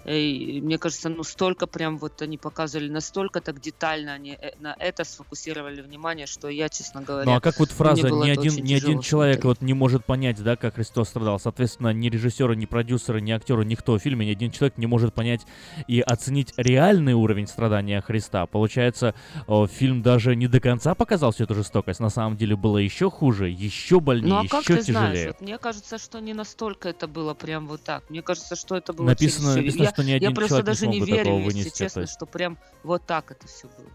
э, мне кажется, ну столько прям вот они показывали, настолько так детально они на это сфокусировали внимание, что я, честно говоря... Ну а как вот фраза «ни один, ни один человек вот не может понять, да, как Христос страдал». Соответственно, ни режиссеры, ни продюсеры, ни актеры, никто в фильме, ни один человек не может понять и оценить реальный уровень страдания Христа. Получается, о, фильм даже не до конца показал всю эту жестокость. На самом деле было еще хуже, еще больнее, ну, а еще как ты тяжелее. Знаешь, вот мне кажется, что не настолько это было прям вот так. Мне кажется, что это было написано, через... написано я, что ни один я просто человек даже не, не верю, если вынести, честно, есть... что прям вот так это все было.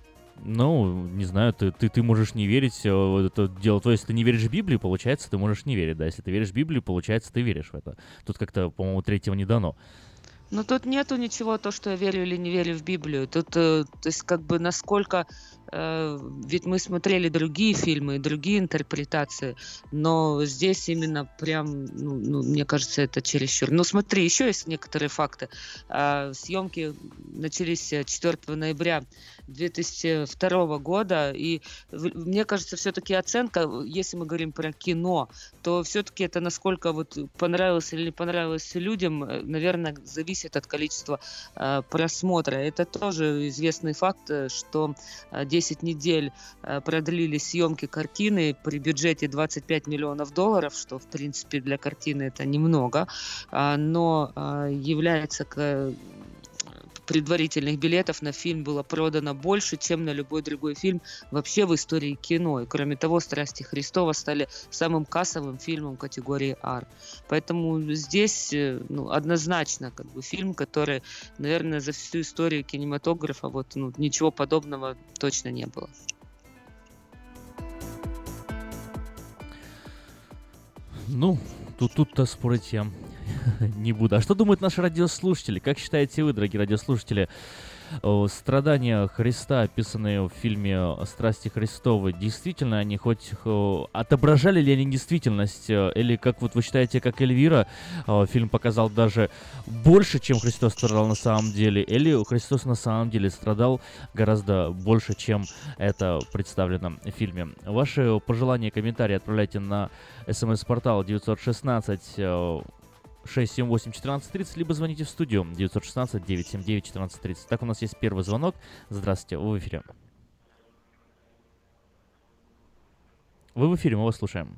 Ну, не знаю, ты, ты, ты можешь не верить, это дело. То есть, если ты не веришь в Библию, получается, ты можешь не верить, да. Если ты веришь в Библию, получается, ты веришь в это. Тут как-то, по-моему, третьего не дано. Ну, тут нету ничего, то, что я верю или не верю в Библию. Тут, э, то есть, как бы, насколько... Э, ведь мы смотрели другие фильмы, другие интерпретации, но здесь именно прям, ну, ну, мне кажется, это чересчур. Ну, смотри, еще есть некоторые факты. Э, съемки начались четвёртого ноября две тысячи второго года, и в, мне кажется, все-таки оценка, если мы говорим про кино, то все-таки это насколько вот понравилось или не понравилось людям, наверное, зависит от количества э, просмотра. Это тоже известный факт, что десять недель э, продлились съемки картины при бюджете двадцать пять миллионов долларов, что, в принципе, для картины это немного, э, но э, является к... предварительных билетов на фильм было продано больше, чем на любой другой фильм вообще в истории кино. И кроме того, «Страсти Христова» стали самым кассовым фильмом категории ар. Поэтому здесь ну, однозначно как бы фильм, который, наверное, за всю историю кинематографа вот, ну, ничего подобного точно не было. Ну, тут тут-то спорить я не буду. А что думают наши радиослушатели? Как считаете вы, дорогие радиослушатели? э, страдания Христа, описанные в фильме «Страсти Христовы», действительно они хоть э, отображали ли они действительность, э, или, как вот вы считаете, как Эльвира, э, фильм показал даже больше, чем Христос страдал на самом деле, или Христос на самом деле страдал гораздо больше, чем это представлено в фильме? Ваши пожелания и комментарии отправляйте на смс-портал девятьсот шестнадцать шесть семь восемь четырнадцать тридцать, либо звоните в студию девятьсот шестнадцать девятьсот семьдесят девять четырнадцать тридцать. Так, у нас есть первый звонок. Здравствуйте, вы в эфире. Вы в эфире, мы вас слушаем.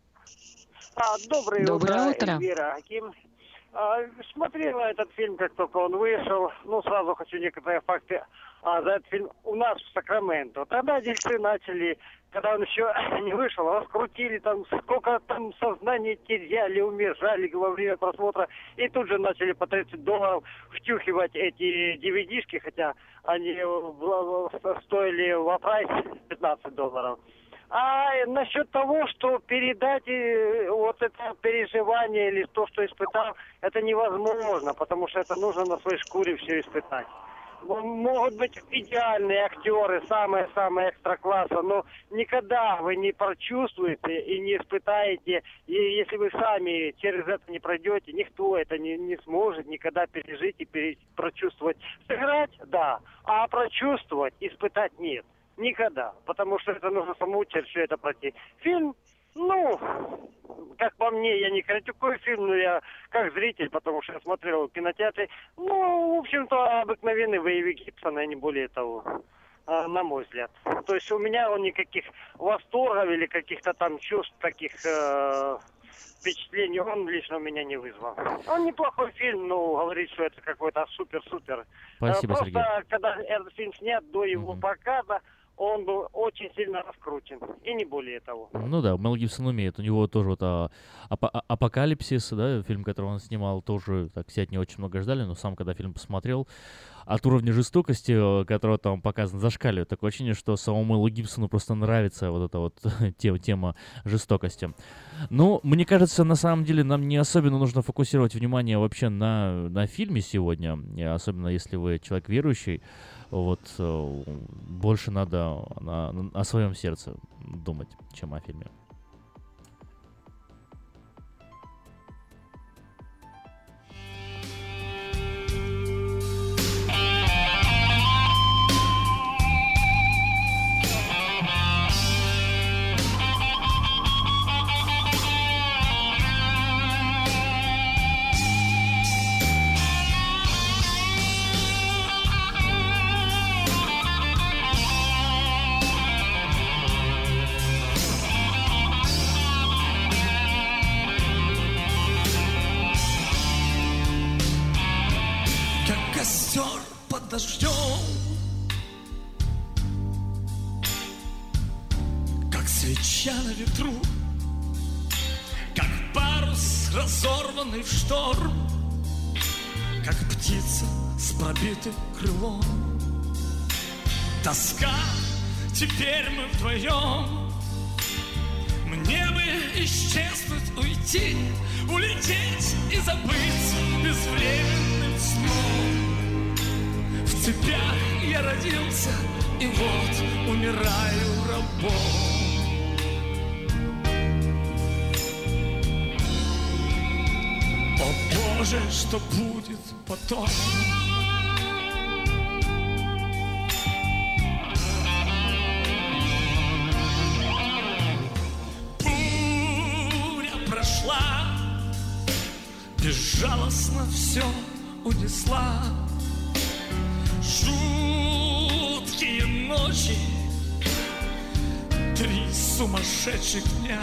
А, доброе, Доброе утро, утро. Эльвира Аким. А, смотрела этот фильм, как только он вышел. Ну, сразу хочу некоторые факты а, за этот фильм у нас в Сакраменто. Тогда дельцы начали, когда он еще не вышел, раскрутили там, сколько там сознания теряли, умирали во время просмотра. И тут же начали по тридцать долларов втюхивать эти ди ви ди-шки, хотя они стоили в прайсе пятнадцать долларов. А насчет того, что передать э, вот это переживание или то, что испытал, это невозможно, потому что это нужно на своей шкуре все испытать. Могут быть идеальные актеры, самые-самые экстра-класса, но никогда вы не прочувствуете и не испытаете, и если вы сами через это не пройдете, никто это не, не сможет никогда пережить и пере, прочувствовать. Сыграть – да, а прочувствовать, испытать – нет. Никогда, потому что это нужно самому через все это пройти. Фильм, ну, как по мне, я не критикую фильм, но я как зритель, потому что я смотрел в кинотеатре, ну, в общем-то, обыкновенный боевик Гибсона, и не более того, а, на мой взгляд. То есть у меня он никаких восторгов или каких-то там чувств, таких э, впечатлений он лично у меня не вызвал. Он неплохой фильм, но говорит, что это какой-то супер-супер. Спасибо, Просто, Сергей. когда этот фильм снят до его показа, он был очень сильно раскручен. И не более того. Ну да, Мел Гибсон умеет. У него тоже вот а, апо- а- «Апокалипсис», да, фильм, который он снимал, тоже так все от него очень много ждали, но сам, когда фильм посмотрел, от уровня жестокости, э, которого там показано, зашкаливает. Такое ощущение, что самому Мелу Гибсону просто нравится вот эта вот тема, тема жестокости. Ну, мне кажется, на самом деле нам не особенно нужно фокусировать внимание вообще на, на фильме сегодня, и особенно если вы человек верующий. Вот э, больше надо на, на, о своем сердце думать, чем о фильме. Костер под дождем, как свеча на ветру, как парус, разорванный в шторм, как птица с пробитым крылом. Тоска, теперь мы вдвоем. Мне бы исчезнуть, уйти, улететь и забыть безвременным сном. В цепях я родился, и вот умираю рабом. О Боже, что будет потом? Буря прошла, безжалостно все унесла. Жуткие ночи, три сумасшедших дня.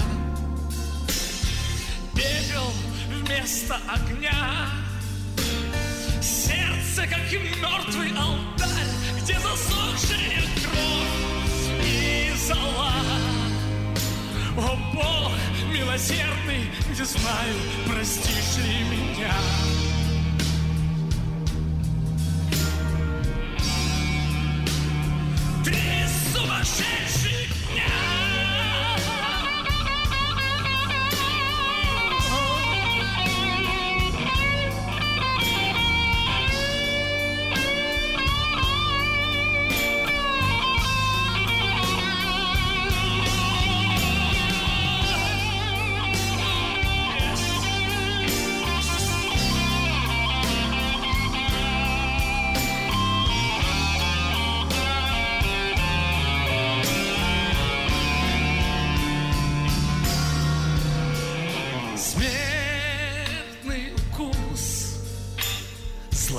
Пепел вместо огня, сердце, как мертвый алтарь, где засохшая кровь и зола. О Бог милосердный, не знаю, простишь ли меня. Три сумасшедших дня.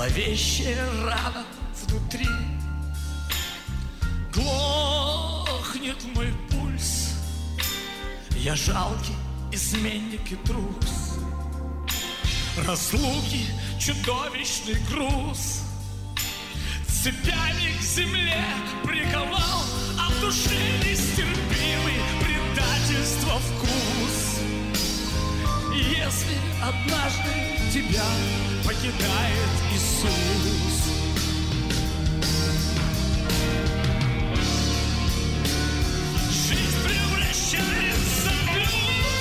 Зловещая рана внутри. Глохнет мой пульс. Я жалкий изменник и трус. Разлуки чудовищный груз цепями к земле приковал, а в душе нестерпимый предательство вкус. Если однажды тебя покидает Иисус, жизнь превращается в блюз.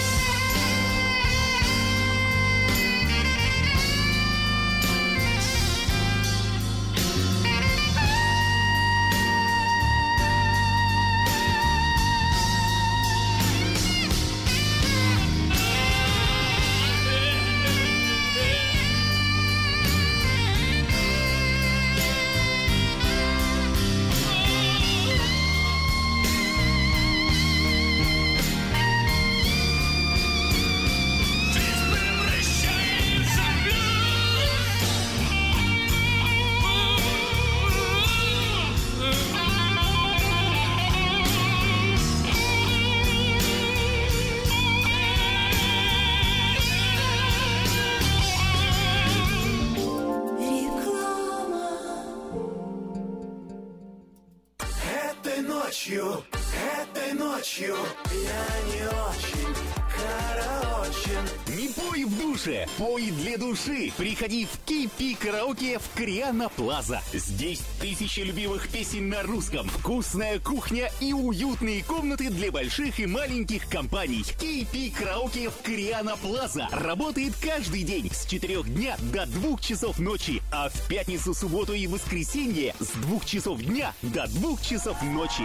ночью, этой ночью я не очень караочен. Не пой в душе, пой для души. Приходи в кей пи Караоке в Кориана Плаза. Здесь тысячи любимых песен на русском, вкусная кухня и уютные комнаты для больших и маленьких компаний. кей пи Караоке в Кориана Плаза работает каждый день с четырёх дня до двух часов ночи, а в пятницу, субботу и воскресенье с двух часов дня до двух часов ночи.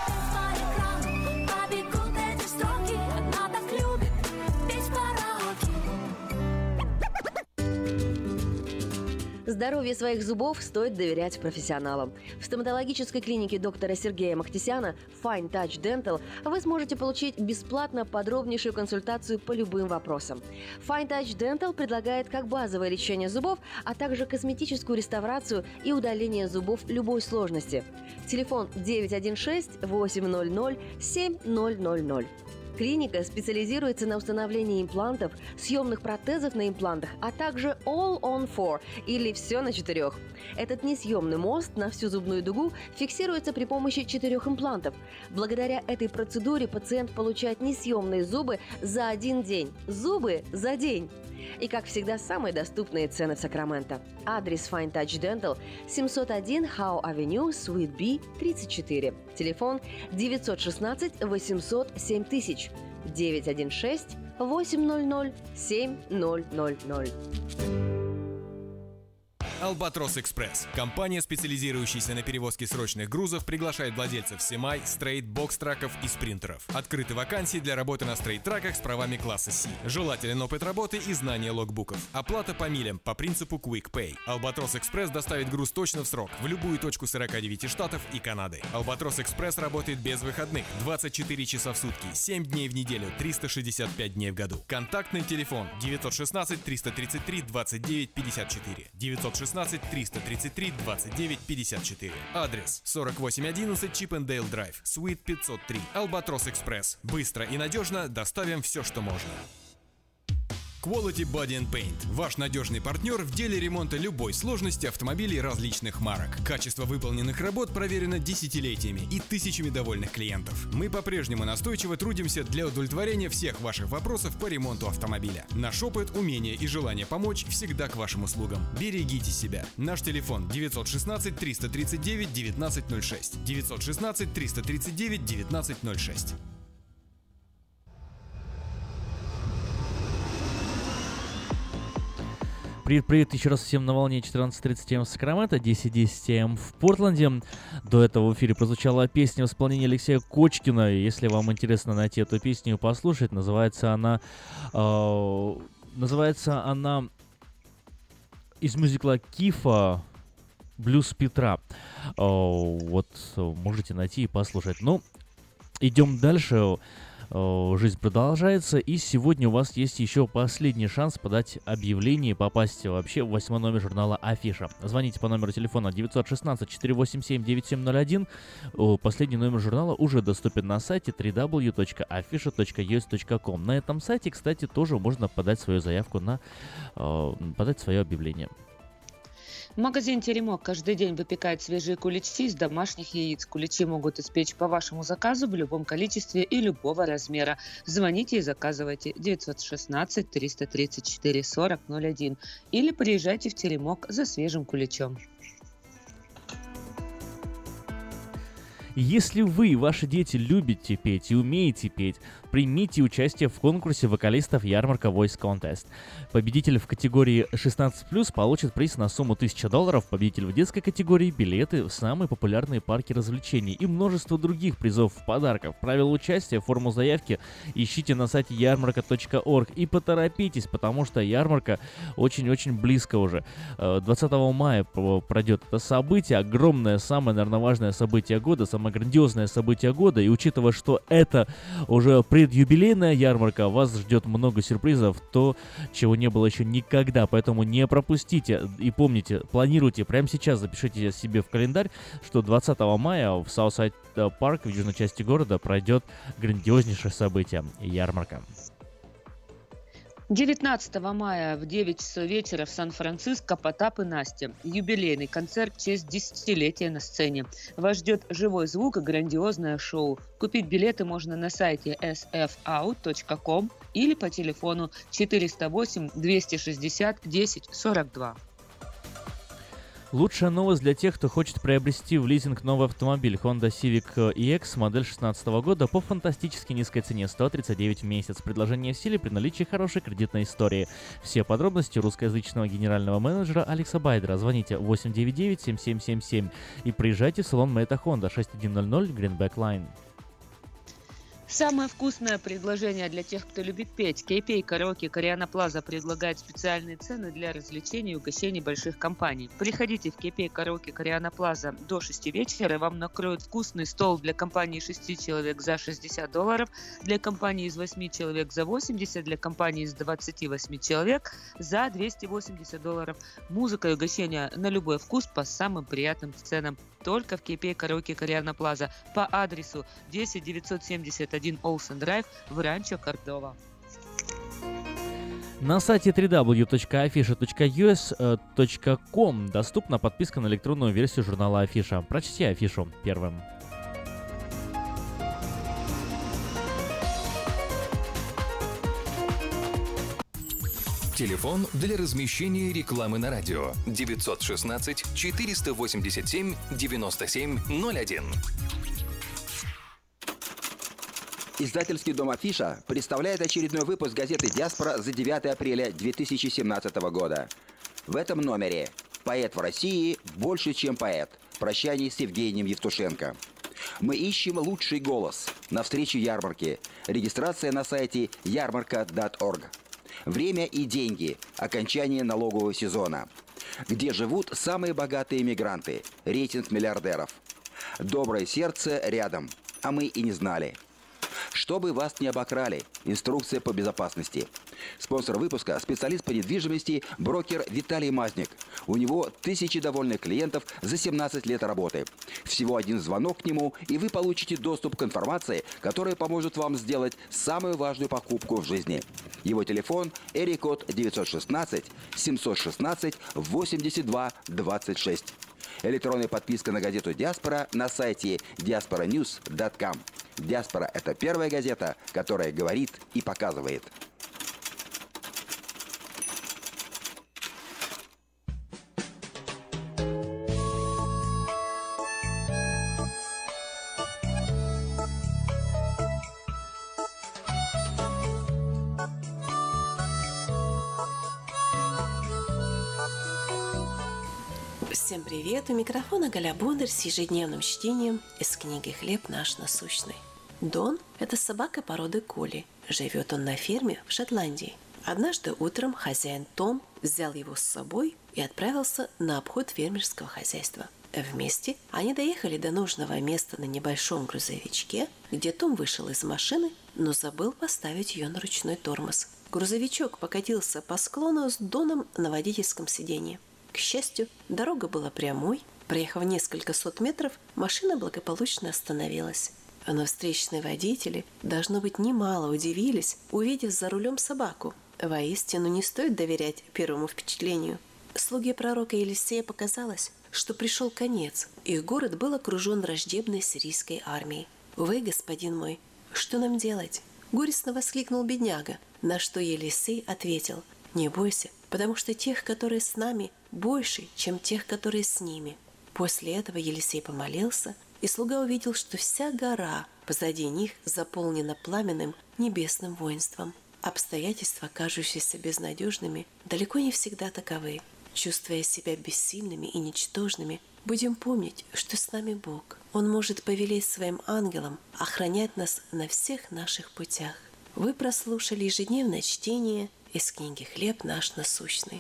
Здоровье своих зубов стоит доверять профессионалам. В стоматологической клинике доктора Сергея Махтисяна Fine Touch Dental вы сможете получить бесплатно подробнейшую консультацию по любым вопросам. Fine Touch Dental предлагает как базовое лечение зубов, а также косметическую реставрацию и удаление зубов любой сложности. Телефон девять один шесть восемь ноль ноль семь ноль ноль ноль. Клиника специализируется на установлении имплантов, съемных протезов на имплантах, а также All on Four или все на четырех. Этот несъемный мост на всю зубную дугу фиксируется при помощи четырех имплантов. Благодаря этой процедуре пациент получает несъемные зубы за один день. Зубы за день! И, как всегда, самые доступные цены в Сакраменто. Адрес Fine Touch Dental семьсот один Howe Avenue, Suite B, тридцать четыре. Телефон девять один шесть восемьсот семь тысяч. девять один шесть восемь ноль ноль семь ноль ноль ноль. Albatros Express. Компания, специализирующаяся на перевозке срочных грузов, приглашает владельцев Semi, Straight, бокс-траков и спринтеров. Открыты вакансии для работы на стрейт-траках с правами класса C. Желателен опыт работы и знание логбуков. Оплата по милям по принципу Quick Pay. Albatros Express доставит груз точно в срок в любую точку сорока девяти штатов и Канады. Albatros Express работает без выходных, двадцать четыре часа в сутки, семь дней в неделю, триста шестьдесят пять дней в году. Контактный телефон девять один шесть триста тридцать три двадцать девять пятьдесят четыре. девять один шесть триста тридцать три двадцать девять пятьдесят четыре. Адрес сорок восемь одиннадцать Чиппендейл Драйв, Суит пятьсот три. Albatros Express. Быстро и надежно доставим все, что можно. Quality Body and Paint. Ваш надежный партнер в деле ремонта любой сложности автомобилей различных марок. Качество выполненных работ проверено десятилетиями и тысячами довольных клиентов. Мы по-прежнему настойчиво трудимся для удовлетворения всех ваших вопросов по ремонту автомобиля. Наш опыт, умение и желание помочь всегда к вашим услугам. Берегите себя. Наш телефон девять один шесть триста тридцать девять девятнадцать ноль шесть. девять один шесть триста тридцать девять девятнадцать ноль шесть. Привет-привет, еще раз всем на волне четырнадцать тридцать эм в Сакраменто, десять десять эм в Портленде. До этого в эфире прозвучала песня в исполнении Алексея Кочкина. Если вам интересно найти эту песню и послушать, называется она... Э, называется она из мюзикла Кифа «Блюз Петра». Э, вот, можете найти и послушать. Ну, идем дальше. Жизнь продолжается, и сегодня у вас есть еще последний шанс подать объявление и попасть вообще в восьмой номер журнала «Афиша». Звоните по номеру телефона девять один шесть четыре восемь семь девять семь ноль один. Последний номер журнала уже доступен на сайте дабл ю дабл ю дабл ю точка афиша точка ю эс точка ком. На этом сайте, кстати, тоже можно подать свою заявку на подать свое объявление. Магазин «Теремок» каждый день выпекает свежие куличи из домашних яиц. Куличи могут испечь по вашему заказу в любом количестве и любого размера. Звоните и заказывайте девять один шесть триста тридцать четыре сорок ноль один или приезжайте в «Теремок» за свежим куличом. Если вы и ваши дети любите петь и умеете петь, примите участие в конкурсе вокалистов «Ярмарка Voice Contest». Победитель в категории шестнадцать плюс получит приз на сумму тысяча долларов, победитель в детской категории – билеты в самые популярные парки развлечений и множество других призов в подарках. Правила участия, форму заявки ищите на сайте ярмарка точка орг и поторопитесь, потому что ярмарка очень-очень близко уже. двадцатого мая пройдет это событие, огромное, самое, наверное, важное событие года, самое грандиозное событие года, и учитывая, что это уже предюбилейная ярмарка, вас ждет много сюрпризов, то, чего не было еще никогда, поэтому не пропустите и помните, планируйте, прямо сейчас запишите себе в календарь, что двадцатого мая в Саутсайд Парк в южной части города пройдет грандиознейшее событие – ярмарка. девятнадцатого мая в девять часов вечера в Сан-Франциско «Потап и Настя». Юбилейный концерт в честь десятилетия на сцене. Вас ждет живой звук и грандиозное шоу. Купить билеты можно на сайте эс эф аут точка ком или по телефону четыреста восемь двести шестьдесят десять сорок два. Лучшая новость для тех, кто хочет приобрести в лизинг новый автомобиль Honda Civic и экс модель шестнадцатого года по фантастически низкой цене сто тридцать девять в месяц. Предложение в силе при наличии хорошей кредитной истории. Все подробности у русскоязычного генерального менеджера Алекса Байдера. Звоните восемь девять девять семь семь семь семь и приезжайте в салон Мэйта Honda шесть один ноль ноль Greenback Line. Самое вкусное предложение для тех, кто любит петь. кей пи эй Караоке Кориана Плаза предлагает специальные цены для развлечений и угощений больших компаний. Приходите в кей пи эй Караоке Кориана Плаза до шести вечера, и вам накроют вкусный стол для компании шести человек за шестьдесят долларов, для компании из восьми человек за восемьдесят, для компании из двадцати восьми человек за двести восемьдесят долларов. Музыка и угощения на любой вкус по самым приятным ценам. Только в кей пи эй Караоке Кориана Плаза по адресу десять девятьсот семьдесят один Олсен Драйв в Ранчо Кордова. На сайте дабл ю дабл ю дабл ю точка афиша точка ю эс точка ком доступна подписка на электронную версию журнала «Афиша». Прочти афишу первым. Телефон для размещения рекламы на радио девятьсот шестнадцать четыреста восемьдесят семь девяносто семь ноль один. Издательский дом «Афиша» представляет очередной выпуск газеты «Диаспора» за девятое апреля две тысячи семнадцатого года. В этом номере «Поэт в России больше, чем поэт. Прощание с Евгением Евтушенко». Мы ищем лучший голос. На встрече ярмарки. Регистрация на сайте ярмарка точка орг. Время и деньги. Окончание налогового сезона. Где живут самые богатые мигранты. Рейтинг миллиардеров. Доброе сердце рядом. А мы и не знали. Чтобы вас не обокрали. Инструкция по безопасности. Спонсор выпуска – специалист по недвижимости, брокер Виталий Мазник. У него тысячи довольных клиентов за семнадцать лет работы. Всего один звонок к нему, и вы получите доступ к информации, которая поможет вам сделать самую важную покупку в жизни. Его телефон – эрикод девятьсот шестнадцать семьсот шестнадцать восемьдесят два двадцать шесть. Электронная подписка на газету «Диаспора» на сайте диаспора ньюс точка ком. «Диаспора» – это первая газета, которая говорит и показывает. Всем привет! У микрофона Галя Бондарь с ежедневным чтением из книги «Хлеб наш насущный». Дон – это собака породы Колли. Живет он на ферме в Шотландии. Однажды утром хозяин Том взял его с собой и отправился на обход фермерского хозяйства. Вместе они доехали до нужного места на небольшом грузовичке, где Том вышел из машины, но забыл поставить ее на ручной тормоз. Грузовичок покатился по склону с Доном на водительском сиденье. К счастью, дорога была прямой. Проехав несколько сот метров, машина благополучно остановилась. Но встречные водители, должно быть, немало удивились, увидев за рулем собаку. Воистину, не стоит доверять первому впечатлению. Слуге пророка Елисея показалось, что пришел конец. Их город был окружен враждебной сирийской армией. «Вы, господин мой, что нам делать?» Горестно воскликнул бедняга, на что Елисей ответил: «Не бойся, потому что тех, которые с нами, больше, чем тех, которые с ними». После этого Елисей помолился, и слуга увидел, что вся гора позади них заполнена пламенным небесным воинством. Обстоятельства, кажущиеся безнадежными, далеко не всегда таковы. Чувствуя себя бессильными и ничтожными, будем помнить, что с нами Бог. Он может повелеть своим ангелам охранять нас на всех наших путях. Вы прослушали ежедневное чтение из книги «Хлеб наш насущный».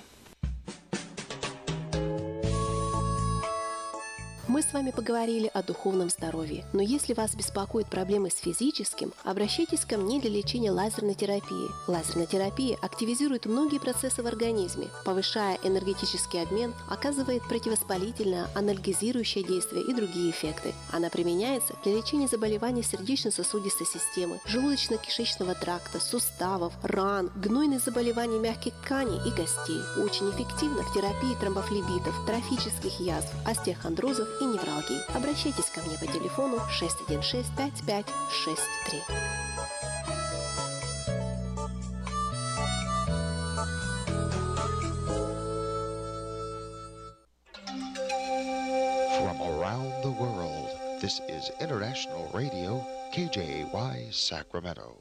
Мы с вами поговорили о духовном здоровье, но если вас беспокоят проблемы с физическим, обращайтесь ко мне для лечения лазерной терапии. Лазерная терапия активизирует многие процессы в организме, повышая энергетический обмен, оказывает противовоспалительное, анальгезирующее действие и другие эффекты. Она применяется для лечения заболеваний сердечно-сосудистой системы, желудочно-кишечного тракта, суставов, ран, гнойных заболеваний мягких тканей и костей. Очень эффективно в терапии тромбофлебитов, трофических язв, остеохондрозов и невралгии. Обращайтесь ко мне по телефону шесть один шесть пять пять шесть три. From around the world, this is International Radio, K J A Y, Sacramento.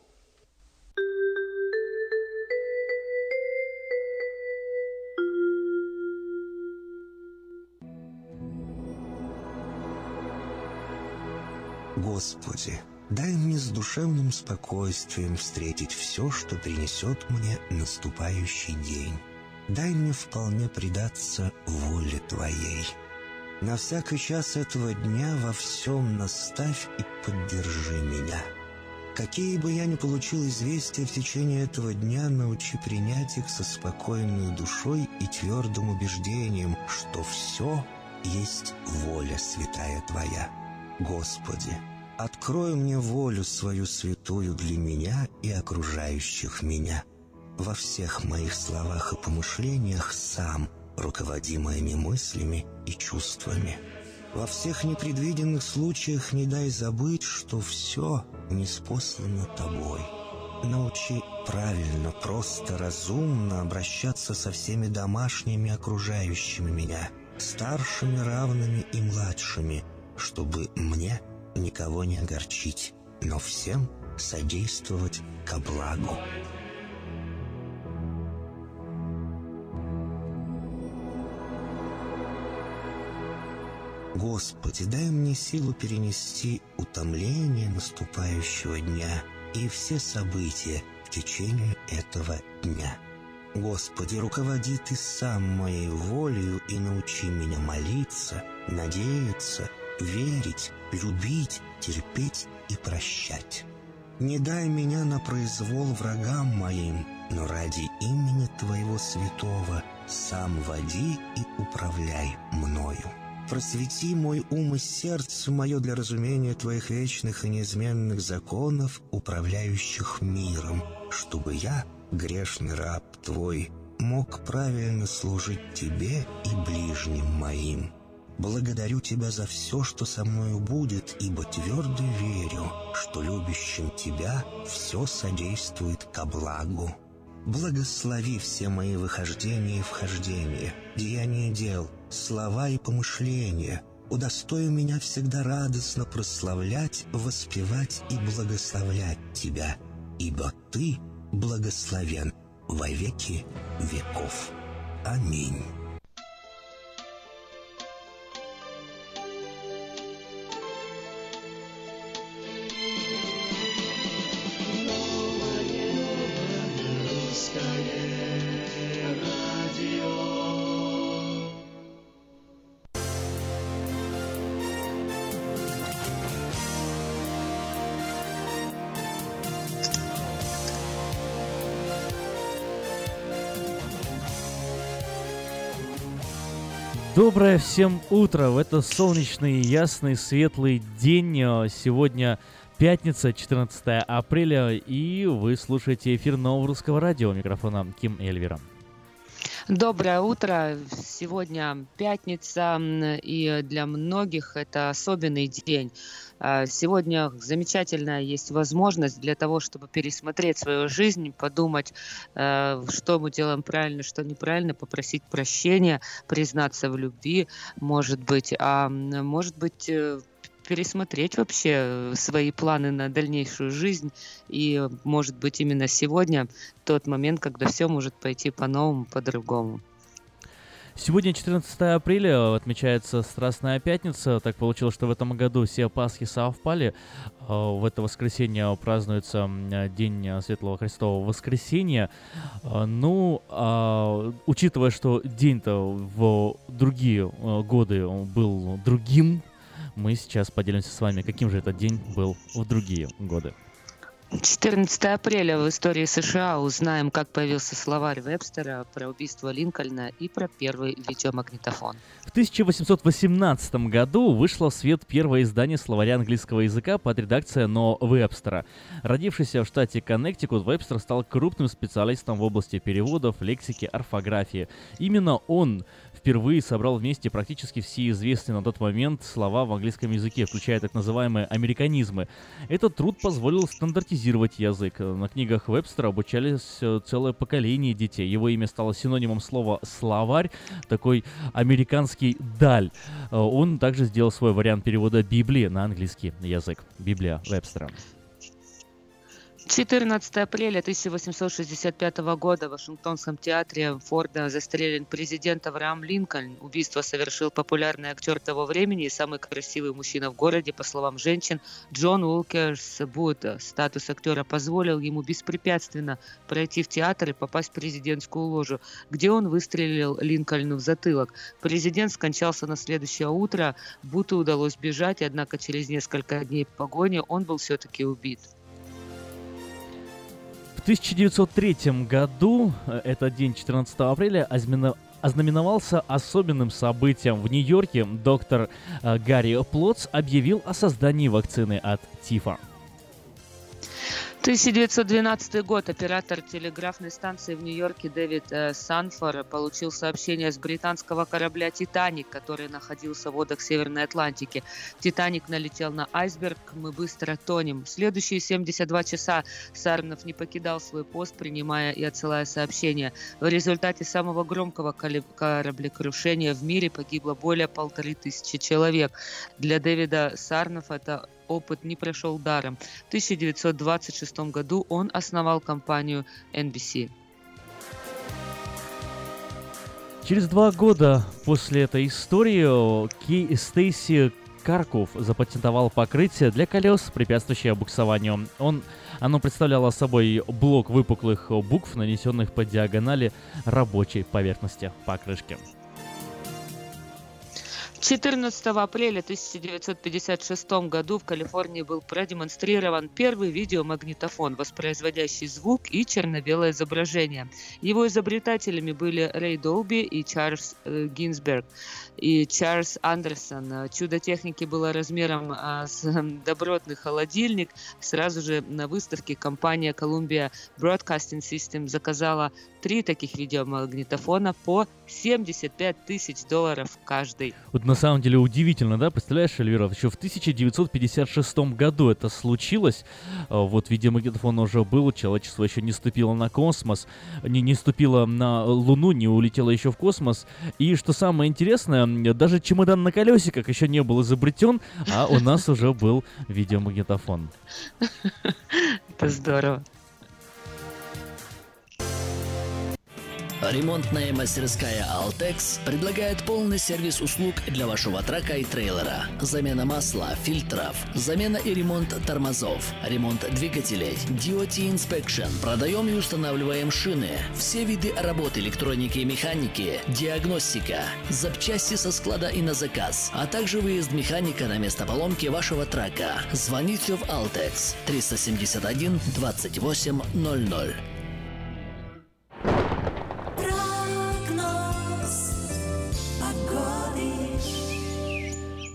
Господи, дай мне с душевным спокойствием встретить все, что принесет мне наступающий день. Дай мне вполне предаться воле Твоей. На всякий час этого дня во всем наставь и поддержи меня. Какие бы я ни получил известия в течение этого дня, научи принять их со спокойной душой и твердым убеждением, что все есть воля святая Твоя. Господи, открой мне волю свою святую для меня и окружающих меня. Во всех моих словах и помышлениях сам, руководи моими мыслями и чувствами. Во всех непредвиденных случаях не дай забыть, что все ниспослано Тобой. Научи правильно, просто, разумно обращаться со всеми домашними окружающими меня, старшими, равными и младшими, чтобы мне никого не огорчить, но всем содействовать ко благу. Господи, дай мне силу перенести утомление наступающего дня и все события в течение этого дня. Господи, руководи Ты сам моей волею и научи меня молиться, надеяться, верить, любить, терпеть и прощать. Не дай меня на произвол врагам моим, но ради имени Твоего святого сам води и управляй мною. Просвети мой ум и сердце мое для разумения Твоих вечных и неизменных законов, управляющих миром, чтобы я, грешный раб Твой, мог правильно служить Тебе и ближним моим. Благодарю Тебя за все, что со мною будет, ибо твердо верю, что любящим Тебя все содействует ко благу. Благослови все мои выхождения и вхождения, деяния дел, слова и помышления. Удостой меня всегда радостно прославлять, воспевать и благословлять Тебя, ибо Ты благословен во веки веков. Аминь. Доброе всем утро в это солнечный, ясный, светлый день. Сегодня пятница, четырнадцатое апреля, и вы слушаете эфир Нового Русского Радио. Микрофона Ким и Эльвира. Доброе утро. Сегодня пятница, и для многих это особенный день. Сегодня замечательная есть возможность для того, чтобы пересмотреть свою жизнь, подумать, что мы делаем правильно, что неправильно, попросить прощения, признаться в любви, может быть, а может быть, пересмотреть вообще свои планы на дальнейшую жизнь. И, может быть, именно сегодня тот момент, когда все может пойти по-новому, по-другому. Сегодня, четырнадцатое апреля, отмечается Страстная Пятница. Так получилось, что в этом году все Пасхи совпали. В это воскресенье празднуется День Светлого Христового Воскресения. Ну, учитывая, что день-то в другие годы был другим, мы сейчас поделимся с вами, каким же этот день был в другие годы. четырнадцатое апреля в истории США узнаем, как появился словарь Вебстера, про убийство Линкольна и про первый видеомагнитофон. В тысяча восемьсот восемнадцатом году вышло в свет первое издание словаря английского языка под редакцией Но Вебстера. Родившийся в штате Коннектикут, Вебстер стал крупным специалистом в области переводов, лексики, орфографии. Именно он впервые собрал вместе практически все известные на тот момент слова в английском языке, включая так называемые американизмы. Этот труд позволил стандартизировать язык. На книгах Вебстера обучались целое поколение детей. Его имя стало синонимом слова «словарь», такой американский «даль». Он также сделал свой вариант перевода Библии на английский язык. Библия Вебстера. четырнадцатое апреля тысяча восемьсот шестьдесят пятого года в Вашингтонском театре Форда застрелен президент Авраам Линкольн. Убийство совершил популярный актер того времени и самый красивый мужчина в городе, по словам женщин, Джон Уолкерс Бут. Статус актера позволил ему беспрепятственно пройти в театр и попасть в президентскую ложу, где он выстрелил Линкольну в затылок. Президент скончался на следующее утро. Буту удалось бежать, однако через несколько дней погони он был все-таки убит. В тысяча девятьсот третьем году, этот день четырнадцатого апреля, ознаменовался особенным событием. В Нью-Йорке доктор Гарри Плотс объявил о создании вакцины от тифа. тысяча девятьсот двенадцатый год. Оператор телеграфной станции в Нью-Йорке Дэвид э, Санфор получил сообщение с британского корабля «Титаник», который находился в водах Северной Атлантики. «Титаник» налетел на айсберг, мы быстро тонем. Следующие семьдесят два часа Сарнов не покидал свой пост, принимая и отсылая сообщения. В результате самого громкого кораблекрушения в мире погибло более полторы тысячи человек. Для Дэвида Сарнов это опыт не прошел даром. В тысяча девятьсот двадцать шестом году он основал компанию эн би си. Через два года после этой истории Кей Стейси Карков запатентовал покрытие для колес, препятствующее буксованию. Он, оно представляло собой блок выпуклых букв, нанесенных по диагонали рабочей поверхности покрышки. четырнадцатого апреля тысяча девятьсот пятьдесят шестом году в Калифорнии был продемонстрирован первый видеомагнитофон, воспроизводящий звук и черно-белое изображение. Его изобретателями были Рэй Долби и Чарльз э, Гинзберг и Чарльз Андерсон. Чудо техники было размером э, с э, добротный холодильник. Сразу же на выставке компания Columbia Broadcasting System заказала три таких видеомагнитофона по семьдесят пять тысяч долларов каждый. Вот на самом деле удивительно, да? Представляешь, Эльвира, еще в тысяча девятьсот пятьдесят шестом году это случилось. Вот видеомагнитофон уже был, человечество еще не ступило на космос, не, не ступило на Луну, не улетело еще в космос. И что самое интересное, даже чемодан на колесиках еще не был изобретен, а у нас уже был видеомагнитофон. Это здорово. Ремонтная мастерская «Алтекс» предлагает полный сервис услуг для вашего трака и трейлера. Замена масла, фильтров, замена и ремонт тормозов, ремонт двигателей, ди о ти Inspection. Продаем и устанавливаем шины, все виды работ электроники и механики, диагностика, запчасти со склада и на заказ, а также выезд механика на место поломки вашего трака. Звоните в «Алтекс» триста семьдесят один двадцать восемь ноль ноль. Прогноз погоды.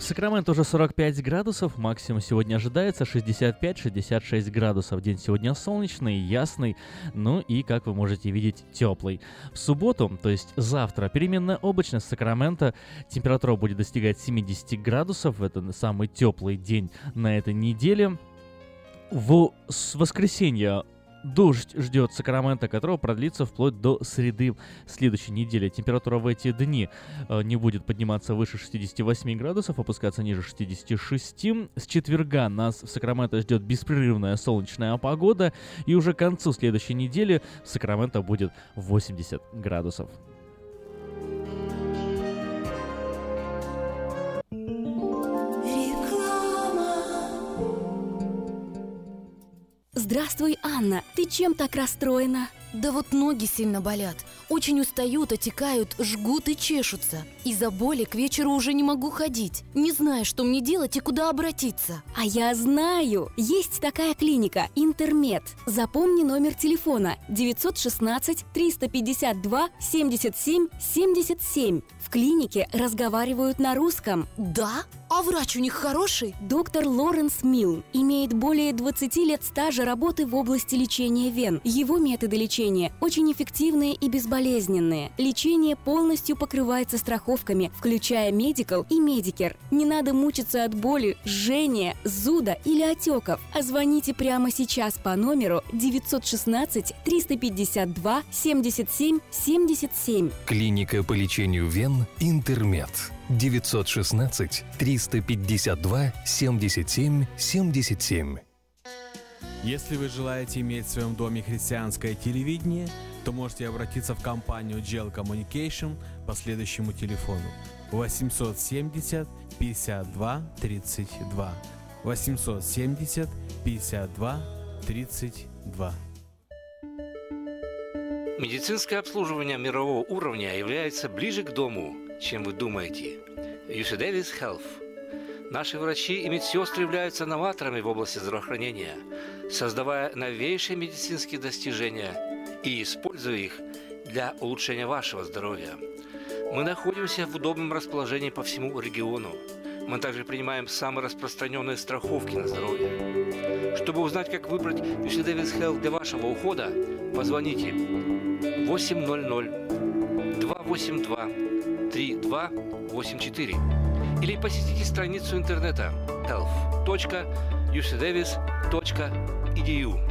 Сакраменто уже сорок пять градусов, максимум сегодня ожидается шестьдесят пять - шестьдесят шесть градусов. День сегодня солнечный, ясный, ну и, как вы можете видеть, теплый. В субботу, то есть завтра, переменная облачность в Сакраменто, температура будет достигать семьдесят градусов, это самый теплый день на этой неделе. В воскресенье дождь ждет Сакраменто, которого продлится вплоть до среды следующей недели. Температура в эти дни э, не будет подниматься выше шестидесяти восьми градусов, опускаться ниже шестидесяти шести. С четверга нас в Сакраменто ждет беспрерывная солнечная погода, и уже к концу следующей недели в Сакраменто будет восемьдесят градусов. Здравствуй, Анна. Ты чем так расстроена? Да вот ноги сильно болят. Очень устают, отекают, жгут и чешутся. Из-за боли к вечеру уже не могу ходить. Не знаю, что мне делать и куда обратиться. А я знаю! Есть такая клиника «Интермед». Запомни номер телефона девятьсот шестнадцать триста пятьдесят два семьдесят семь семьдесят семь. В клинике разговаривают на русском. Да? А врач у них хороший? Доктор Лоренс Милн имеет более двадцати лет стажа работы в области лечения вен. Его методы лечения очень эффективные и безболезненные. Лечение полностью покрывается страховками, включая Medical и Medicare. Не надо мучиться от боли, жжения, зуда или отеков. А звоните прямо сейчас по номеру девятьсот шестнадцать триста пятьдесят два семьдесят семь семьдесят семь. Клиника по лечению вен «Интермед». девятьсот шестнадцать триста пятьдесят два семьдесят семь семьдесят семь. Если вы желаете иметь в своем доме христианское телевидение, то можете обратиться в компанию джи эл Communication по следующему телефону восемьсот семьдесят пятьдесят два тридцать два. восемьсот семьдесят пятьдесят два тридцать два. Медицинское обслуживание мирового уровня является ближе к дому, чем вы думаете. ю си Davis Health. Наши врачи и медсестры являются новаторами в области здравоохранения, создавая новейшие медицинские достижения и используя их для улучшения вашего здоровья. Мы находимся в удобном расположении по всему региону. Мы также принимаем самые распространенные страховки на здоровье. Чтобы узнать, как выбрать ю си Davis Health для вашего ухода, позвоните восемь ноль ноль два восемь два три два восемь четыре или посетите страницу интернета health точка ю си davis точка и ди ю.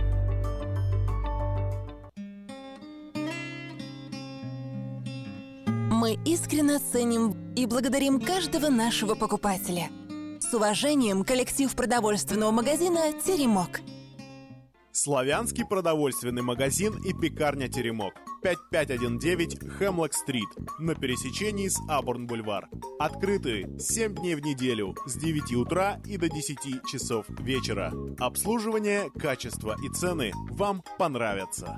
Мы искренне ценим и благодарим каждого нашего покупателя. С уважением, коллектив продовольственного магазина «Теремок». Славянский продовольственный магазин и пекарня «Теремок». пять пять один девять Хемлок-стрит на пересечении с Абурн-бульвар. Открыты семь дней в неделю с девяти утра и до десяти часов вечера. Обслуживание, качество и цены вам понравятся.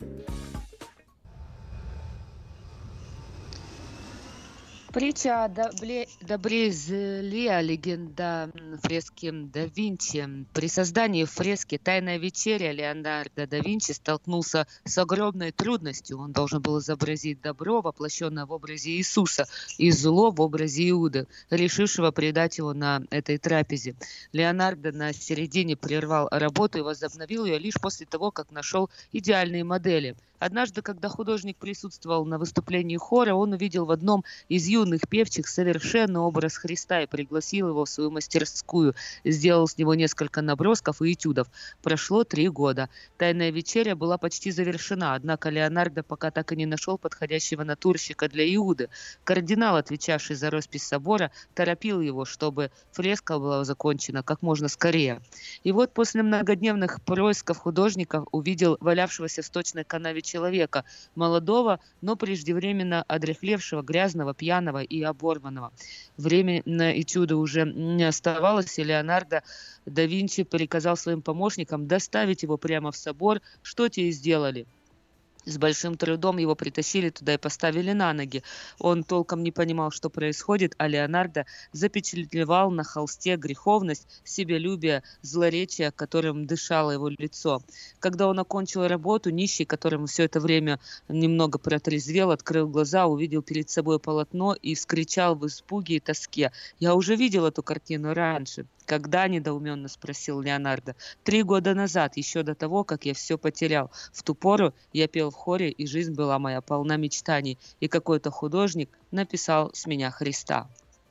Притча о Добле- Добрезле, легенда фрески да Винчи. При создании фрески «Тайная вечеря» Леонардо да Винчи столкнулся с огромной трудностью. Он должен был изобразить добро, воплощенное в образе Иисуса, и зло в образе Иуды, решившего предать его на этой трапезе. Леонардо на середине прервал работу и возобновил ее лишь после того, как нашел идеальные модели. Однажды, когда художник присутствовал на выступлении хора, он увидел в одном из юных певчих совершенный образ Христа и пригласил его в свою мастерскую. Сделал с него несколько набросков и этюдов. Прошло три года. «Тайная вечеря» была почти завершена, однако Леонардо пока так и не нашел подходящего натурщика для Иуды. Кардинал, отвечавший за роспись собора, торопил его, чтобы фреска была закончена как можно скорее. И вот после многодневных поисков художников увидел валявшегося в сточной канаве человека, молодого, но преждевременно одряхлевшего, грязного, пьяного и оборванного. Время на этюды уже не оставалось, и Леонардо да Винчи приказал своим помощникам доставить его прямо в собор, что те и сделали. С большим трудом его притащили туда и поставили на ноги. Он толком не понимал, что происходит, а Леонардо запечатлевал на холсте греховность, себялюбие, злоречие, которым дышало его лицо. Когда он окончил работу, нищий, которому все это время немного протрезвел, открыл глаза, увидел перед собой полотно и вскричал в испуге и тоске: «Я уже видел эту картину раньше». «Когда?» – недоуменно спросил Леонардо. «Три года назад, еще до того, как я все потерял. В ту пору я пел в хоре, и жизнь была моя полна мечтаний, и какой-то художник написал с меня Христа».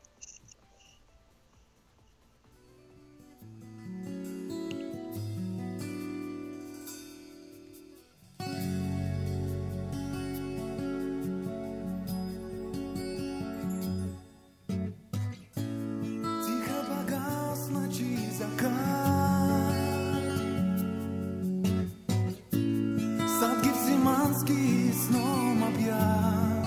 Сад Гефсиманский сном объят,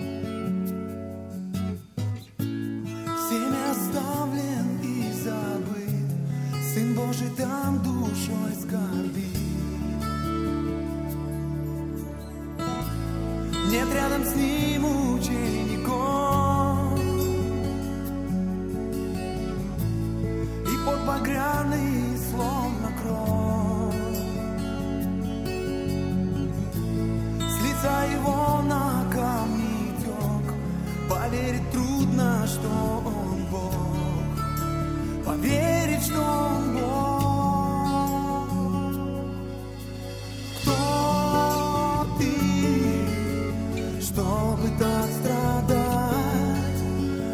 всеми оставлен и забыт, Сын Божий там душой скорбит. Нет рядом с ним учеников, и под багряный словно кровь с лица его на камни тек. Поверить трудно, что он Бог, поверить, что он Бог. Кто ты, чтобы так страдать?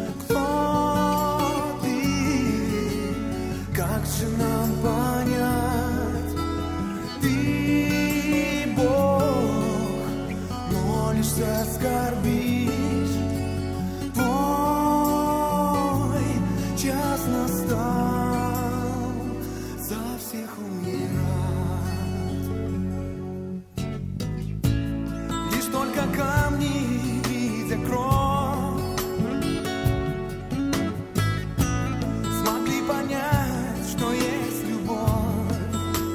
Кто ты, как же нам понять? Ты Бог, молишься, скорбишь, твой час настал, за всех умирать. Лишь только камни, видя кровь, смогли понять, что есть любовь.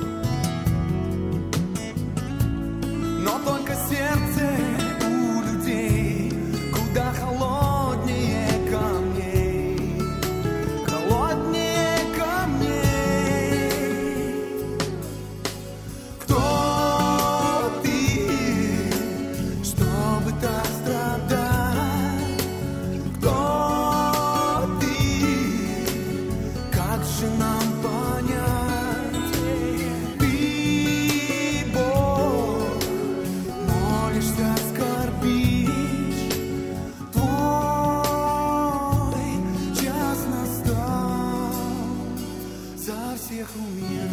Но только сердце у людей куда холоднее камней, холоднее камней. Кто ты, чтобы так страдать? Кто ты, как же нам понять? Ты Бог, молишься, скорбишь, твой час настал, за всех умирать.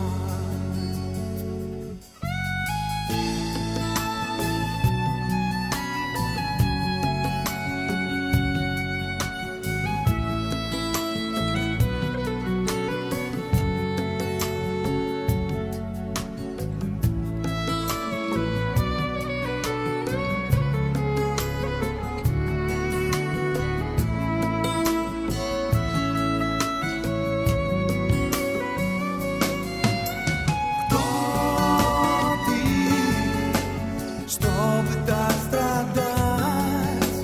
Кто ты, чтобы так страдать?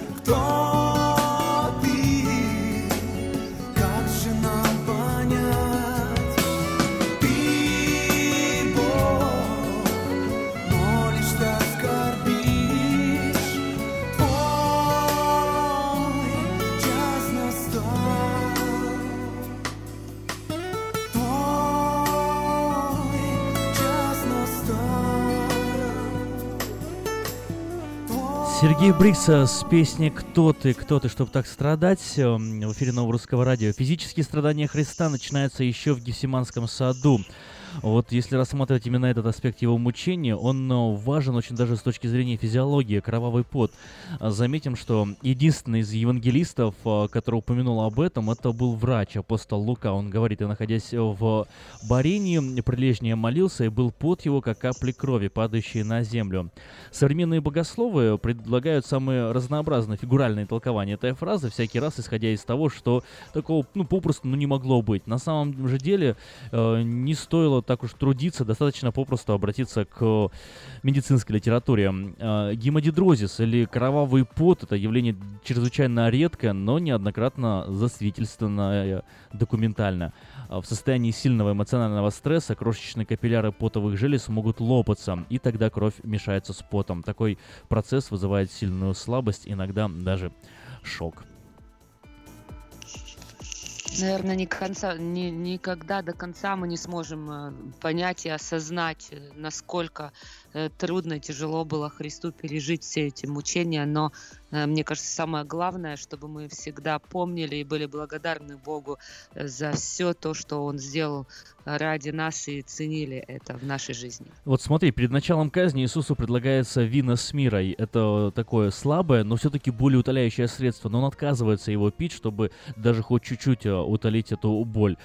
Кто ты, как же нам понять? Ты Бог, молишься, скорбишь, твой час настал, твой час настал. Сергей Брикс с песней «Кто ты, кто ты, чтобы так страдать» в эфире Нового Русского Радио. Физические страдания Христа начинаются еще в Гефсиманском саду. Вот если рассматривать именно этот аспект его мучения, он э, важен очень даже с точки зрения физиологии, кровавый пот. А Заметим, что единственный из евангелистов, э, который упомянул об этом, это был врач, апостол Лука. Он говорит: и находясь в барении, прилежнее молился, и был пот его, как капли крови, падающие на землю. Современные богословы предлагают самые разнообразные фигуральные толкования этой фразы, всякий раз исходя из того, что такого, ну, попросту ну, не могло быть. На самом же деле э, не стоило так уж трудиться, достаточно попросту обратиться к медицинской литературе. Гемодидрозис или кровавый пот – это явление чрезвычайно редкое, но неоднократно засвидетельствованное документально. В состоянии сильного эмоционального стресса крошечные капилляры потовых желез могут лопаться, и тогда кровь мешается с потом. Такой процесс вызывает сильную слабость, иногда даже шок. Наверное, ни конца, ни, никогда до конца мы не сможем э, понять и осознать, э, насколько э, трудно и тяжело было Христу пережить все эти мучения, но э, мне кажется, самое главное, чтобы мы всегда помнили и были благодарны Богу э, за все то, что Он сделал ради нас, и ценили это в нашей жизни. Вот смотри, перед началом казни Иисусу предлагается вино с мирой. Это такое слабое, но все-таки более утоляющее средство, но он отказывается его пить, чтобы даже хоть чуть-чуть утолить эту боль.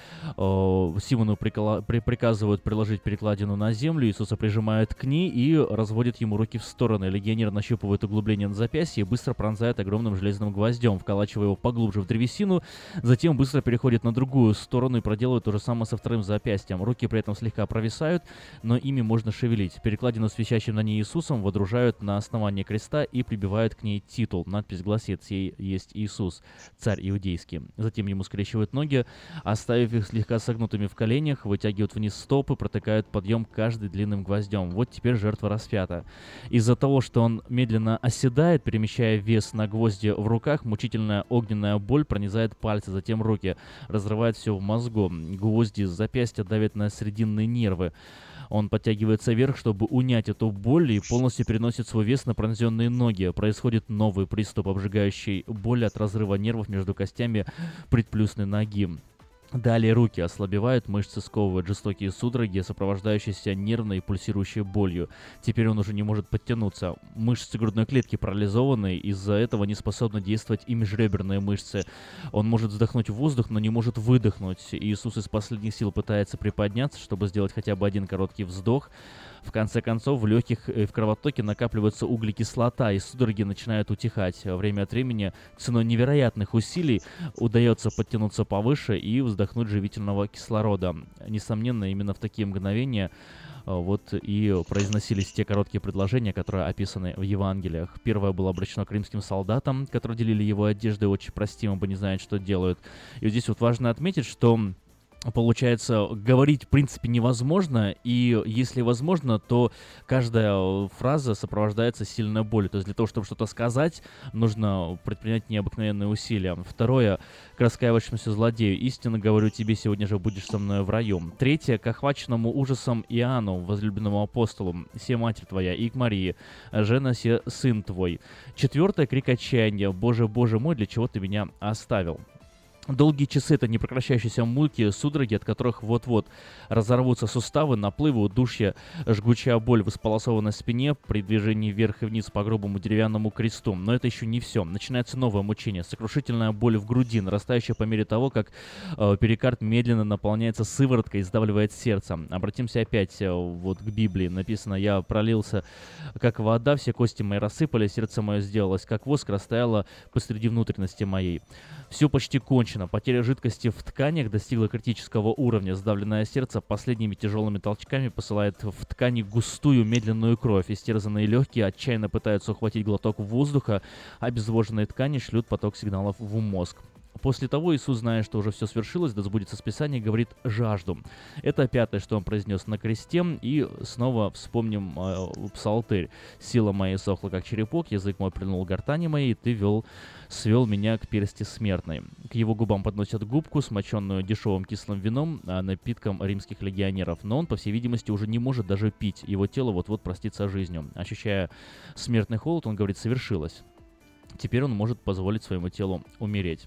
Симону прикола... при... приказывают приложить перекладину на землю, Иисуса прижимают к ней и разводят ему руки в стороны. Легионер нащупывает углубление на запястье и быстро пронзает огромным железным гвоздем, вколачивая его поглубже в древесину, затем быстро переходит на другую сторону и проделывает то же самое со вторым запястьем. Руки при этом слегка провисают, но ими можно шевелить. Перекладину с висящим на ней Иисусом водружают на основание креста и прибивают к ней титул. Надпись гласит: «Сей есть Иисус, царь иудейский». Затем ему скрещивают ноги, оставив их слегка согнутыми в коленях, вытягивают вниз стопы, протыкают подъем каждый длинным гвоздем. Вот теперь жертва распята. Из-за того, что он медленно оседает, перемещая вес на гвозди в руках, мучительная огненная боль пронизает пальцы, затем руки, разрывает все в мозгу. Гвозди с запястья давит на срединные нервы. Он подтягивается вверх, чтобы унять эту боль, и полностью переносит свой вес на пронзенные ноги. Происходит новый приступ обжигающей боли от разрыва нервов между костями предплюсной ноги. Далее руки ослабевают, мышцы сковывают жестокие судороги, сопровождающиеся нервной и пульсирующей болью. Теперь он уже не может подтянуться. Мышцы грудной клетки парализованы, из-за этого не способны действовать и межреберные мышцы. Он может вдохнуть воздух, но не может выдохнуть. Иисус из последних сил пытается приподняться, чтобы сделать хотя бы один короткий вздох. В конце концов, в легких и в кровотоке накапливается углекислота, и судороги начинают утихать. Время от времени ценой невероятных усилий удается подтянуться повыше и вздохнуть живительного кислорода. Несомненно, именно в такие мгновения вот и произносились те короткие предложения, которые описаны в Евангелиях. Первое было обращено к римским солдатам, которые делили его одежды, очень простим, ибо не знают, что делают. И вот здесь вот важно отметить, что получается, говорить в принципе невозможно, и если возможно, то каждая фраза сопровождается сильной болью. То есть для того, чтобы что-то сказать, нужно предпринять необыкновенные усилия. Второе, к раскаивающемуся злодею: «Истинно говорю тебе, сегодня же будешь со мной в раю». Третье, к охваченному ужасом Иоанну, возлюбленному апостолу: «Се матерь твоя, и к Марии, жена се сын твой». Четвертое, крик отчаяния: «Боже, Боже мой, для чего ты меня оставил?» Долгие часы — это непрекращающиеся муки, судороги, от которых вот-вот разорвутся суставы, наплывы, удушье, жгучая боль в исполосованной спине при движении вверх и вниз по грубому деревянному кресту. Но это еще не все. Начинается новое мучение, сокрушительная боль в груди, нарастающая по мере того, как э, перикард медленно наполняется сывороткой и сдавливает сердце. Обратимся опять э, вот к Библии. Написано: «Я пролился, как вода, все кости мои рассыпались, сердце мое сделалось, как воск, растаяло посреди внутренности моей». Все почти кончено. Потеря жидкости в тканях достигла критического уровня. Сдавленное сердце последними тяжелыми толчками посылает в ткани густую медленную кровь. Истерзанные легкие отчаянно пытаются ухватить глоток воздуха, а обезвоженные ткани шлют поток сигналов в мозг. После того Иисус, зная, что уже все свершилось, да сбудется Списание, говорит: «жажду». Это пятое, что он произнес на кресте. И снова вспомним э, псалтырь: «Сила моя сохла, как черепок, язык мой прильнул к гортани моей, ты вел, свел меня к персти смертной». К его губам подносят губку, смоченную дешевым кислым вином, а напитком римских легионеров. Но он, по всей видимости, уже не может даже пить. Его тело вот-вот простится жизнью. Ощущая смертный холод, он говорит: «совершилось». Теперь он может позволить своему телу умереть.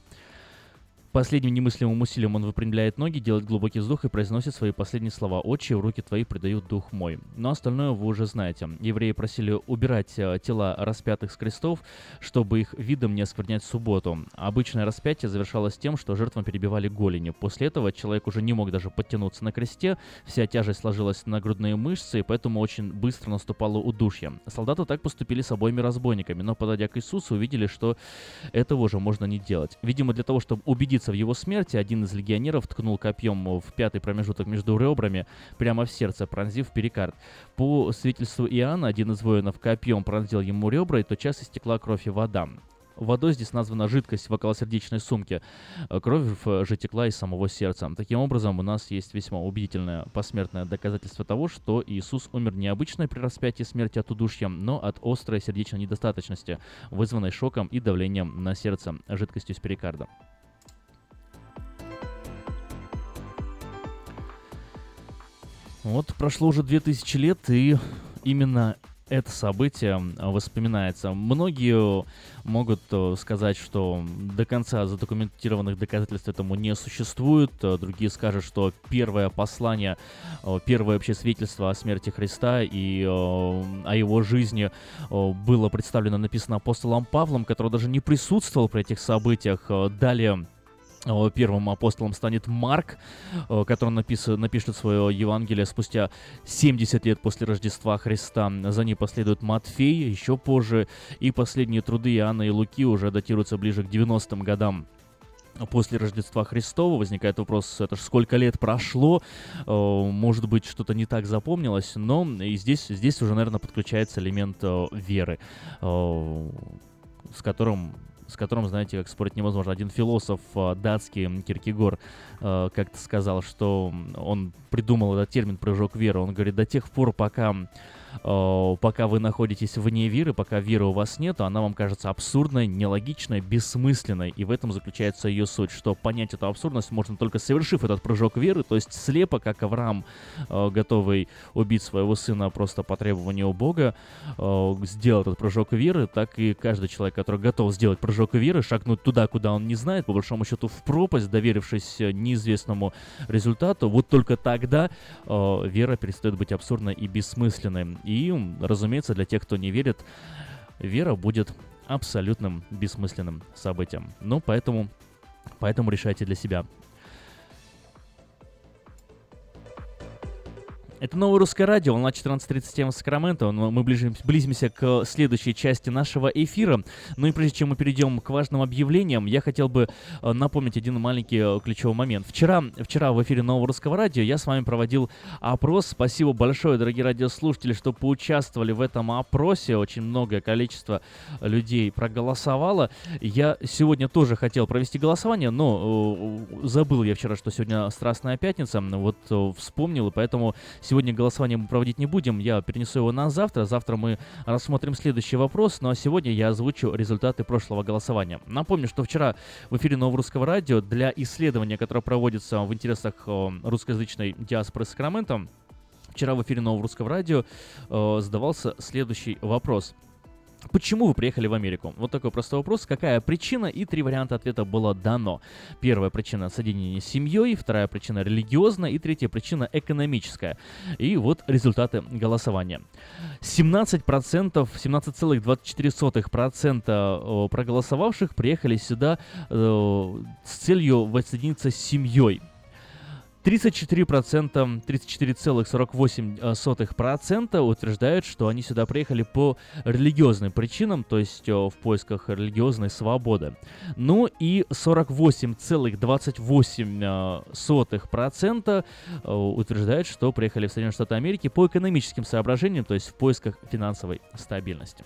Последним немыслимым усилием он выпрямляет ноги, делает глубокий вздох и произносит свои последние слова: «Отче, в руки твои предаю дух мой». Но остальное вы уже знаете. Евреи просили убирать тела распятых с крестов, чтобы их видом не осквернять субботу. Обычное распятие завершалось тем, что жертвам перебивали голени. После этого человек уже не мог даже подтянуться на кресте, вся тяжесть ложилась на грудные мышцы, и поэтому очень быстро наступало удушье. Солдаты так поступили с обоими разбойниками, но, подойдя к Иисусу, увидели, что этого уже можно не делать. Видимо, для того, чтобы убедиться убедиться в его смерти, один из легионеров ткнул копьем в пятый промежуток между ребрами прямо в сердце, пронзив перикард. По свидетельству Иоанна, один из воинов копьем пронзил ему ребра, и тотчас истекла кровь и вода. Водой здесь названа жидкость в околосердечной сумке. Кровь же текла из самого сердца. Таким образом, у нас есть весьма убедительное посмертное доказательство того, что Иисус умер не обычно при распятии смерти от удушья, но от острой сердечной недостаточности, вызванной шоком и давлением на сердце жидкостью из перикарда. Вот прошло уже две тысячи лет, и именно это событие воспоминается. Многие могут сказать, что до конца задокументированных доказательств этому не существует. Другие скажут, что первое послание, первое вообще свидетельство о смерти Христа и о его жизни было представлено, написано апостолом Павлом, который даже не присутствовал при этих событиях. Далее первым апостолом станет Марк, который напис... напишет свое Евангелие спустя семьдесят лет после Рождества Христа. За ним последует Матфей еще позже, и последние труды Иоанна и Луки уже датируются ближе к девяностым годам. После Рождества Христова возникает вопрос, это ж сколько лет прошло, может быть, что-то не так запомнилось, но и здесь, здесь уже, наверное, подключается элемент веры, с которым... с которым, знаете, как спорить невозможно. Один философ датский, Киркегор, как-то сказал, что он придумал этот термин «прыжок веры». Он говорит, до тех пор, пока, пока вы находитесь вне веры, пока веры у вас нет, она вам кажется абсурдной, нелогичной, бессмысленной. И в этом заключается ее суть, что понять эту абсурдность можно только совершив этот прыжок веры, то есть слепо, как Авраам, готовый убить своего сына просто по требованию Бога, сделал этот прыжок веры, так и каждый человек, который готов сделать прыжок веры, шагнуть туда, куда он не знает, по большому счету в пропасть, доверившись неизвестному результату, вот только тогда э, вера перестает быть абсурдной и бессмысленной. И, разумеется, для тех, кто не верит, вера будет абсолютным бессмысленным событием. Ну, поэтому, поэтому решайте для себя. Это Новое Русское Радио, волна четырнадцать тридцать семь в Сакраменто. Мы ближимся, близимся к следующей части нашего эфира. Ну и прежде чем мы перейдем к важным объявлениям, я хотел бы напомнить один маленький ключевой момент. Вчера, вчера в эфире Нового Русского Радио я с вами проводил опрос. Спасибо большое, дорогие радиослушатели, что поучаствовали в этом опросе. Очень многое количество людей проголосовало. Я сегодня тоже хотел провести голосование, но э, забыл я вчера, что сегодня Страстная Пятница. Вот э, вспомнил, и поэтому сегодня голосование мы проводить не будем, я перенесу его на завтра. Завтра мы рассмотрим следующий вопрос, ну а сегодня я озвучу результаты прошлого голосования. Напомню, что вчера в эфире Нового Русского Радио для исследования, которое проводится в интересах э, русскоязычной диаспоры Сакрамента, вчера в эфире Нового Русского Радио э, задавался следующий вопрос. Почему вы приехали в Америку? Вот такой простой вопрос. Какая причина? И три варианта ответа было дано. Первая причина — соединение с семьей, вторая причина — религиозная, и третья причина — экономическая. И вот результаты голосования. семнадцать процентов, семнадцать целых двадцать четыре сотых процента проголосовавших приехали сюда э, с целью воссоединиться с семьей. тридцать четыре процента, тридцать четыре целых сорок восемь сотых процента утверждают, что они сюда приехали по религиозным причинам, то есть в поисках религиозной свободы. Ну и сорок восемь целых двадцать восемь сотых процента утверждают, что приехали в Соединенные Штаты Америки по экономическим соображениям, то есть в поисках финансовой стабильности.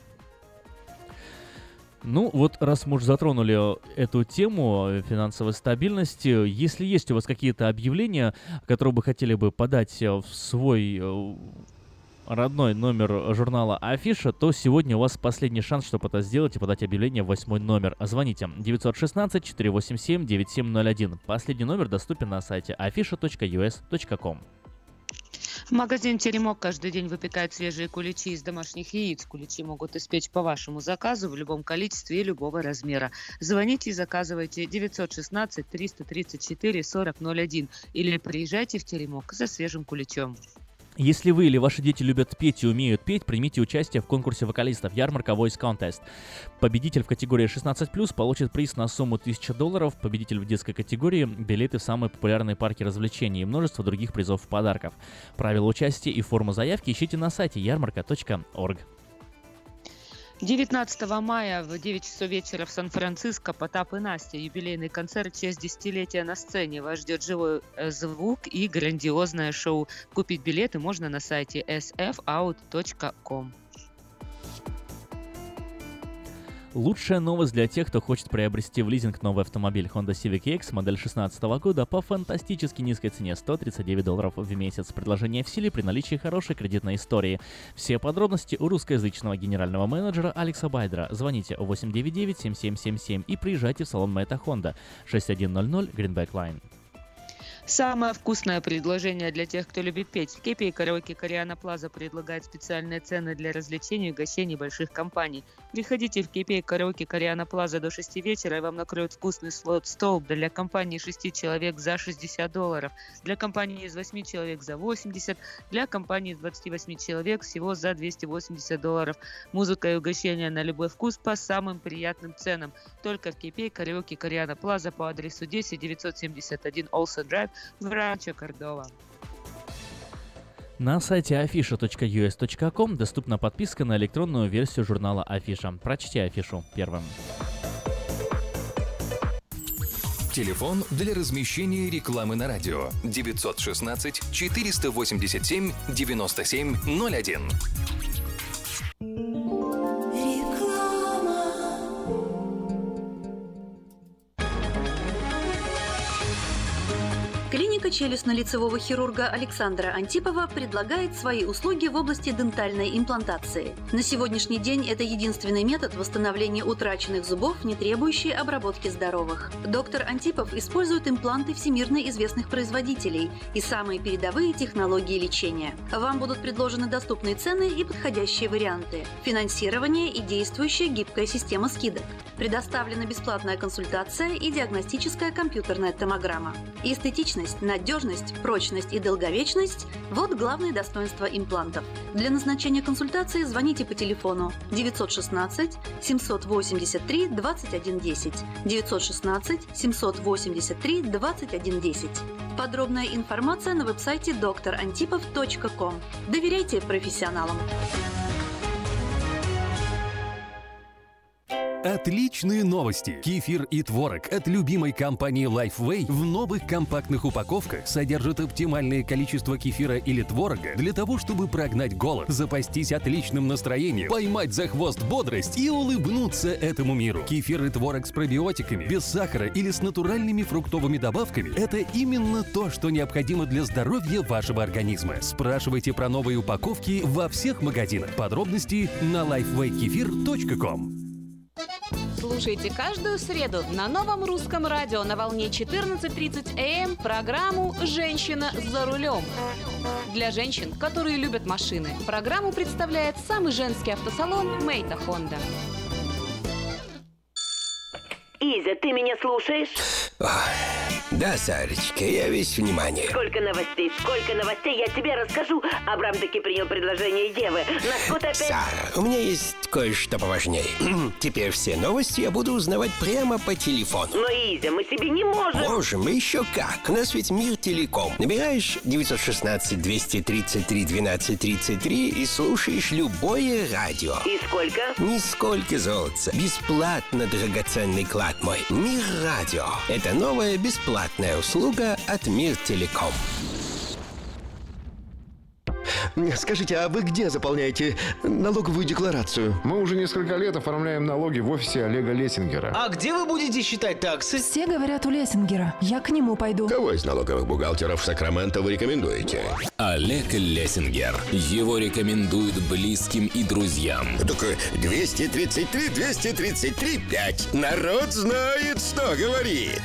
Ну вот, раз мы уже затронули эту тему финансовой стабильности, если есть у вас какие-то объявления, которые вы хотели бы подать в свой родной номер журнала Афиша, то сегодня у вас последний шанс, чтобы это сделать и подать объявление в восьмой номер. Звоните девять один шесть четыре восемь семь девять семь ноль один. Последний номер доступен на сайте афиша точка ю эс точка ком. Магазин «Теремок» каждый день выпекает свежие куличи из домашних яиц. Куличи могут испечь по вашему заказу в любом количестве и любого размера. Звоните и заказывайте девять один шесть триста тридцать четыре сорок ноль один или приезжайте в «Теремок» за свежим куличом. Если вы или ваши дети любят петь и умеют петь, примите участие в конкурсе вокалистов «Ярмарка Voice Contest». Победитель в категории шестнадцать плюс получит приз на сумму тысяча долларов, победитель в детской категории – билеты в самые популярные парки развлечений и множество других призов и подарков. Правила участия и форму заявки ищите на сайте ярмарка точка орг. девятнадцатого мая в девять часов вечера в Сан-Франциско «Потап и Настя». Юбилейный концерт в честь десятилетия на сцене. Вас ждет живой звук и грандиозное шоу. Купить билеты можно на сайте эс эф аут точка ком. Лучшая новость для тех, кто хочет приобрести в лизинг новый автомобиль Honda Civic X модель шестнадцатого года по фантастически низкой цене сто тридцать девять долларов в месяц. Предложение в силе при наличии хорошей кредитной истории. Все подробности у русскоязычного генерального менеджера Алекса Байдера. Звоните восемь девять девять семь семь семь семь и приезжайте в салон Мэйта Honda шесть один ноль ноль Greenback Line. Самое вкусное предложение для тех, кто любит петь. В кей пи эй Караоке Кориана Плаза предлагает специальные цены для развлечений и гостей больших компаний. Приходите в кей пи эй Караоке Кориана Плаза до шести вечера, и вам накроют вкусный слот-стол для компании шести человек за шестьдесят долларов, для компании из восьми человек за восемьдесят, для компании из двадцати восьми человек всего за двести восемьдесят долларов. Музыка и угощения на любой вкус по самым приятным ценам. Только в кей пи эй Караоке Кориана Плаза по адресу десять девятьсот семьдесят один Олсен Драйв в Ранчо Кордова. На сайте афиша точка ю эс точка ком доступна подписка на электронную версию журнала «Афиша». Прочти афишу первым. Телефон для размещения рекламы на радио девятьсот шестнадцать четыреста восемьдесят семь девяносто семь ноль один. Клиника челюстно-лицевого хирурга Александра Антипова предлагает свои услуги в области дентальной имплантации. На сегодняшний день это единственный метод восстановления утраченных зубов, не требующий обработки здоровых. Доктор Антипов использует импланты всемирно известных производителей и самые передовые технологии лечения. Вам будут предложены доступные цены и подходящие варианты, финансирование и действующая гибкая система скидок. Предоставлена бесплатная консультация и диагностическая компьютерная томограмма. Эстетичность, надежность, прочность и долговечность – вот главные достоинства имплантов. Для назначения консультации звоните по телефону девятьсот шестнадцать семьсот восемьдесят три двадцать один десять, девятьсот шестнадцать семьсот восемьдесят три двадцать один десять. Подробная информация на веб-сайте доктор антипов точка ком. Доверяйте профессионалам. Отличные новости! Кефир и творог от любимой компании Lifeway в новых компактных упаковках содержат оптимальное количество кефира или творога для того, чтобы прогнать голод, запастись отличным настроением, поймать за хвост бодрость и улыбнуться этому миру. Кефир и творог с пробиотиками, без сахара или с натуральными фруктовыми добавками – это именно то, что необходимо для здоровья вашего организма. Спрашивайте про новые упаковки во всех магазинах. Подробности на лайфвей кефир точка ком. Слушайте каждую среду на новом русском радио на волне четырнадцать тридцать эй эм программу «Женщина за рулем». Для женщин, которые любят машины, программу представляет самый женский автосалон «Мэйта Honda». Изя, ты меня слушаешь? Ох, да, Сарочка, я весь внимание. Сколько новостей, сколько новостей, я тебе расскажу. Абрам таки принял предложение Евы. На скот опять... Сара, у меня есть кое-что поважнее. Теперь все новости я буду узнавать прямо по телефону. Но, Изя, мы себе не можем. Можем, еще как. У нас ведь Мир Телеком. Набираешь девятьсот шестнадцать двести тридцать три двенадцать тридцать три и слушаешь любое радио. И сколько? Нисколько золотца. Бесплатно, драгоценный клад мой. Мир Радио. Это новая бесплатная услуга от Мир Телеком. Скажите, а вы где заполняете налоговую декларацию? Мы уже несколько лет оформляем налоги в офисе Олега Лессингера. А где вы будете считать таксы? Все говорят у Лессингера. Я к нему пойду. Кого из налоговых бухгалтеров Сакраменто вы рекомендуете? Олег Лессингер. Его рекомендуют близким и друзьям. Только двести тридцать три двести тридцать три пять. Народ знает, что говорит.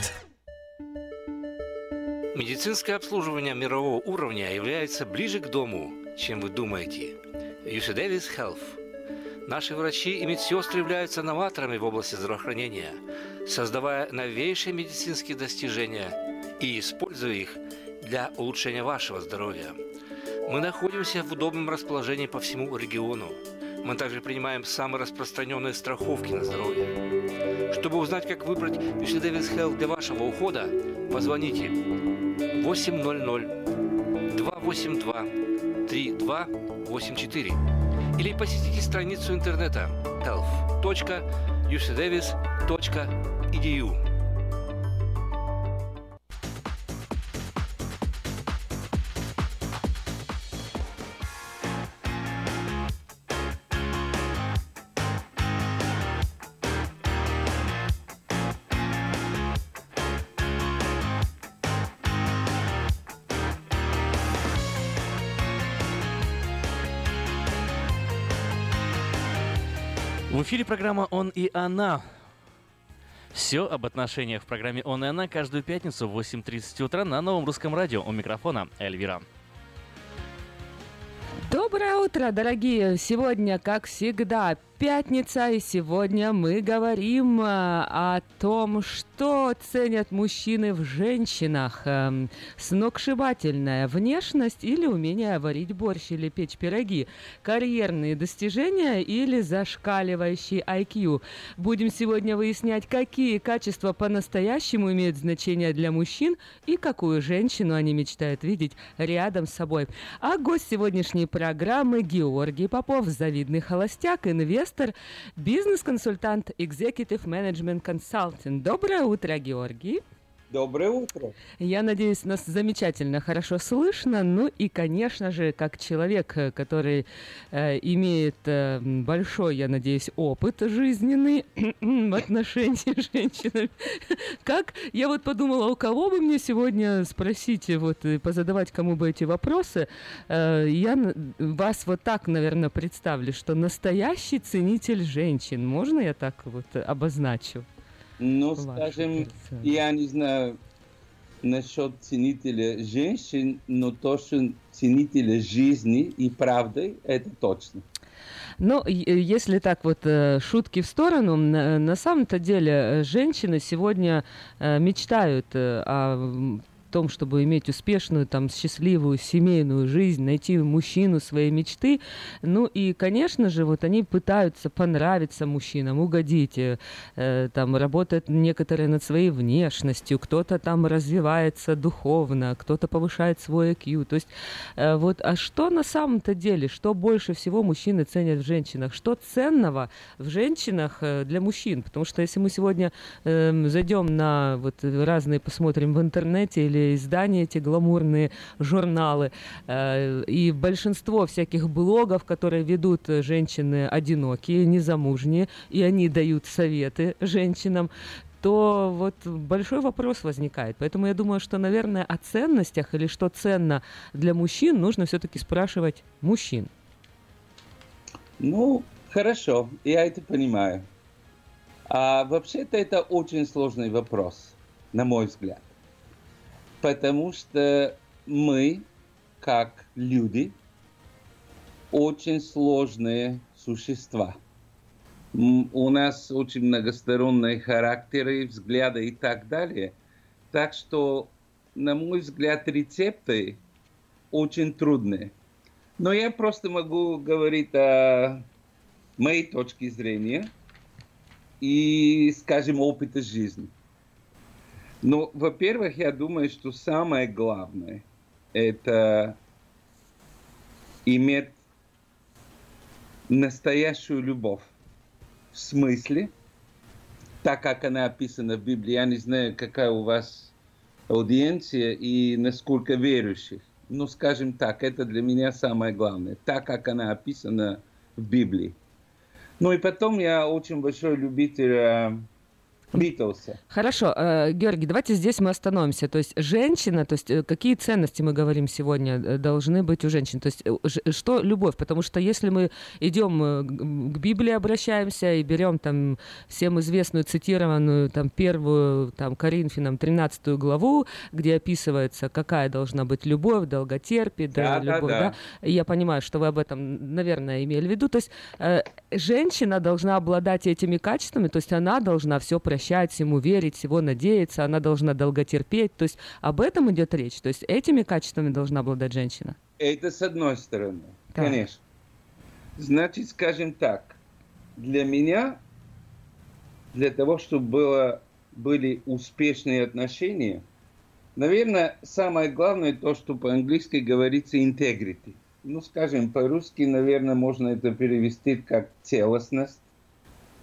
Медицинское обслуживание мирового уровня является ближе к дому, чем вы думаете. ю си Davis Health. Наши врачи и медсестры являются новаторами в области здравоохранения, создавая новейшие медицинские достижения и используя их для улучшения вашего здоровья. Мы находимся в удобном расположении по всему региону. Мы также принимаем самые распространенные страховки на здоровье. Чтобы узнать, как выбрать ю си Davis Health для вашего ухода, позвоните восемь ноль ноль два восемь два три два восемь четыре или посетите страницу интернета health точка ю си дэвис точка и ди ю. В эфире программа «Он и она». Все об отношениях в программе «Он и она» каждую пятницу в восемь тридцать утра на Новом Русском Радио. У микрофона Эльвира. Доброе утро, дорогие! Сегодня, как всегда, пятница, и сегодня мы говорим о том, что ценят мужчины в женщинах. Сногсшибательная внешность или умение варить борщ или печь пироги, карьерные достижения или зашкаливающий ай кью. Будем сегодня выяснять, какие качества по-настоящему имеют значение для мужчин и какую женщину они мечтают видеть рядом с собой. А гость сегодняшней программы Георгий Попов, завидный холостяк, инвестор, бизнес-консультант, Executive Management Consulting. Доброе утро, Георгий. Доброе утро. Я надеюсь, нас замечательно, хорошо слышно. Ну и, конечно же, как человек, который э, имеет э, большой, я надеюсь, опыт жизненный в отношении с женщинами. Как? Я вот подумала, у кого бы мне сегодня спросить, вот, и позадавать кому бы эти вопросы. Э, я вас вот так, наверное, представлю, что настоящий ценитель женщин. Можно я так вот обозначу? Ну, скажем, я не знаю насчет ценителя женщин, но точно ценителя жизни и правды, это точно. Ну, если так вот, шутки в сторону, на самом-то деле женщины сегодня мечтают о том, чтобы иметь успешную, там, счастливую семейную жизнь, найти мужчину своей мечты. Ну и, конечно же, вот они пытаются понравиться мужчинам, угодить, э, там, работают некоторые над своей внешностью, кто-то там развивается духовно, кто-то повышает свой ай кью. То есть, э, вот, а что на самом-то деле, что больше всего мужчины ценят в женщинах? Что ценного в женщинах э, для мужчин? Потому что если мы сегодня э, зайдем на вот разные, посмотрим в интернете или издания, эти гламурные журналы, э, и большинство всяких блогов, которые ведут женщины одинокие, незамужние, и они дают советы женщинам, то вот большой вопрос возникает. Поэтому я думаю, что, наверное, о ценностях или что ценно для мужчин, нужно все-таки спрашивать мужчин. Ну, хорошо, я это понимаю. А вообще-то это очень сложный вопрос, на мой взгляд. Потому что мы, как люди, очень сложные существа. У нас очень многосторонние характеры, взгляды и так далее. Так что, на мой взгляд, рецепты очень трудные. Но я просто могу говорить о моей точке зрения и, скажем, опыта жизни. Ну, во-первых, я думаю, что самое главное – это иметь настоящую любовь. В смысле, так как она описана в Библии, я не знаю, какая у вас аудиенция и насколько верующих. Ну, скажем так, это для меня самое главное, так как она описана в Библии. Ну и потом я очень большой любитель Битлса. Хорошо, э, Георгий, давайте здесь мы остановимся. То есть женщина, то есть э, какие ценности мы говорим сегодня э, должны быть у женщин? То есть э, ж, что любовь? Потому что если мы идем э, к Библии обращаемся и берем там всем известную цитированную там первую там Коринфянам тринадцатую главу, где описывается, какая должна быть любовь, долготерпие, да, да, любовь, да, да. Да? Я понимаю, что вы об этом, наверное, имели в виду. То есть э, женщина должна обладать этими качествами, то есть она должна все прощать, всему верить, всего надеяться, она должна долготерпеть. То есть об этом идет речь. То есть этими качествами должна обладать женщина. Это с одной стороны, так. Конечно. Значит, скажем так, для меня, для того, чтобы было, были успешные отношения, наверное, самое главное то, что по-английски говорится integrity. Ну, скажем, по-русски, наверное, можно это перевести как целостность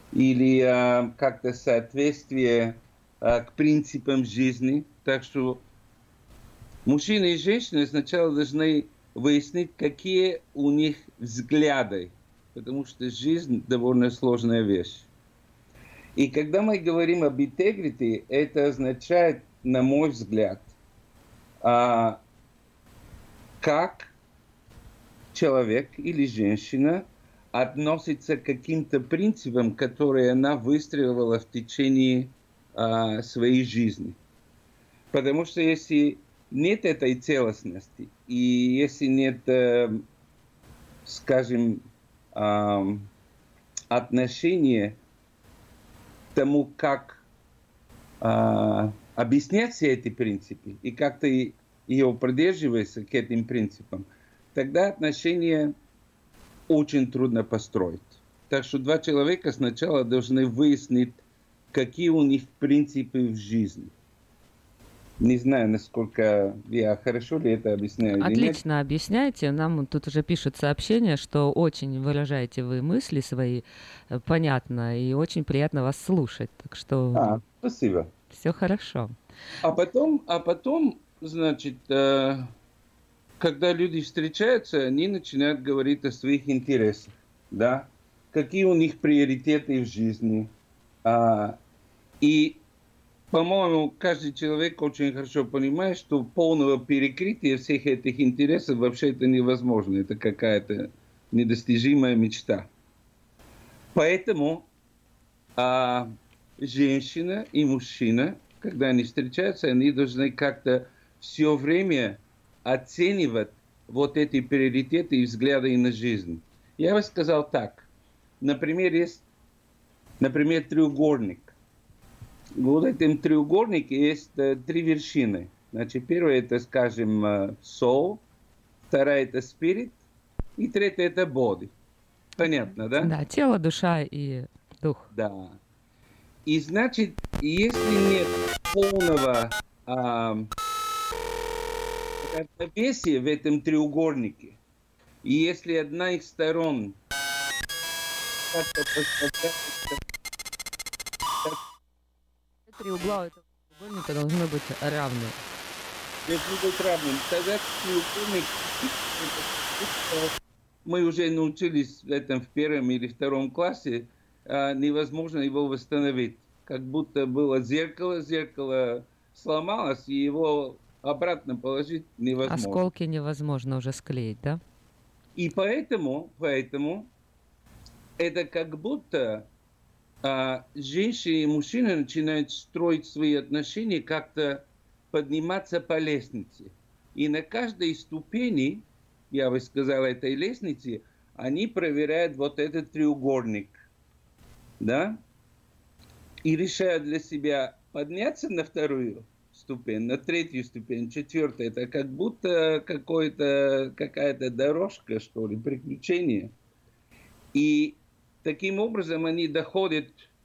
или а, как-то соответствие а, к принципам жизни. Так что мужчина и женщина сначала должны выяснить, какие у них взгляды, потому что жизнь довольно сложная вещь. И когда мы говорим об интегрити, это означает, на мой взгляд, а, как человек или женщина относится к каким-то принципам, которые она выстраивала в течение а, своей жизни. Потому что если нет этой целостности, и если нет, э, скажем, э, отношения к тому, как э, объяснять все эти принципы, и как ты ее придерживаешься к этим принципам, тогда отношения очень трудно построить. Так что два человека сначала должны выяснить, какие у них принципы в жизни. Не знаю, насколько я хорошо ли это объясняю. Отлично объясняете. Нам тут уже пишут сообщения, что очень выражаете вы мысли свои э, понятно, и очень приятно вас слушать. Так что А, спасибо. все хорошо. А потом, а потом, значит, э, когда люди встречаются, они начинают говорить о своих интересах, да, какие у них приоритеты в жизни. А, и по-моему, каждый человек очень хорошо понимает, что полного перекрытия всех этих интересов вообще это невозможно. Это какая-то недостижимая мечта. Поэтому а, женщина и мужчина, когда они встречаются, они должны как-то все время оценивать вот эти приоритеты и взгляды на жизнь. Я бы сказал так. Например, есть, например, треугольник. Вот в этом треугольнике есть э, три вершины. Значит, первая это, скажем, э, soul, вторая это spirit, и третья это body. Понятно, да? Да, тело, душа и дух. Да. И значит, если нет полного э, равновесия в этом треугольнике, и если одна из сторон как-то поставляется, Три угла этого треугольника должны быть равны. Должны быть равны. Тогда треугольник, мы уже научились в этом в первом или втором классе, невозможно его восстановить. Как будто было зеркало, зеркало сломалось, и его обратно положить невозможно. Осколки невозможно уже склеить, да? И поэтому, поэтому это как будто а, женщина и мужчина начинают строить свои отношения, как-то подниматься по лестнице. И на каждой ступени, я бы сказал, этой лестницы, они проверяют вот этот треугольник, да, и решают для себя подняться на вторую ступень, на третью ступень, четвертую. Это как будто какой-то, какая-то дорожка, что ли, приключение. И таким образом они доходят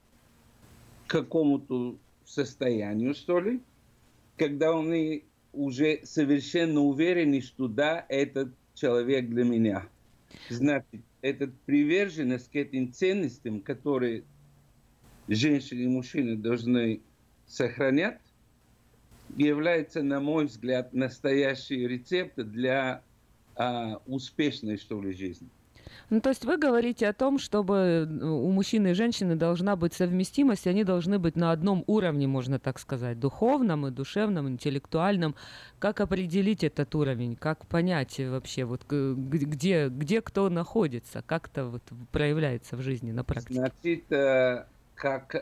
к какому-то состоянию, что ли, когда они уже совершенно уверены, что да, этот человек для меня. Значит, эта приверженность к этим ценностям, которые женщины и мужчины должны сохранять, является, на мой взгляд, настоящий рецепт для а, успешной, что ли, жизни. Ну, то есть вы говорите о том, чтобы у мужчины и женщины должна быть совместимость, и они должны быть на одном уровне, можно так сказать, духовном и душевном, интеллектуальном. Как определить этот уровень? Как понять вообще, вот, где, где кто находится? Как это вот проявляется в жизни на практике? Значит, как,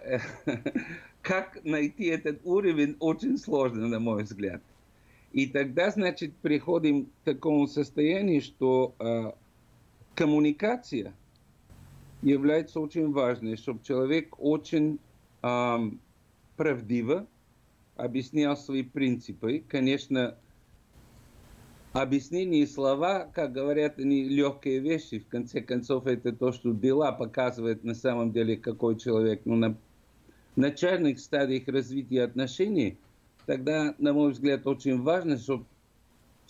как найти этот уровень, очень сложно, на мой взгляд. И тогда, значит, приходим к такому состоянию, что коммуникация является очень важной, чтобы человек очень эм, правдиво объяснял свои принципы. Конечно, объяснение и слова, как говорят, они легкие вещи. В конце концов, это то, что дела показывают на самом деле, какой человек. Но на начальных стадиях развития отношений, тогда, на мой взгляд, очень важно, чтобы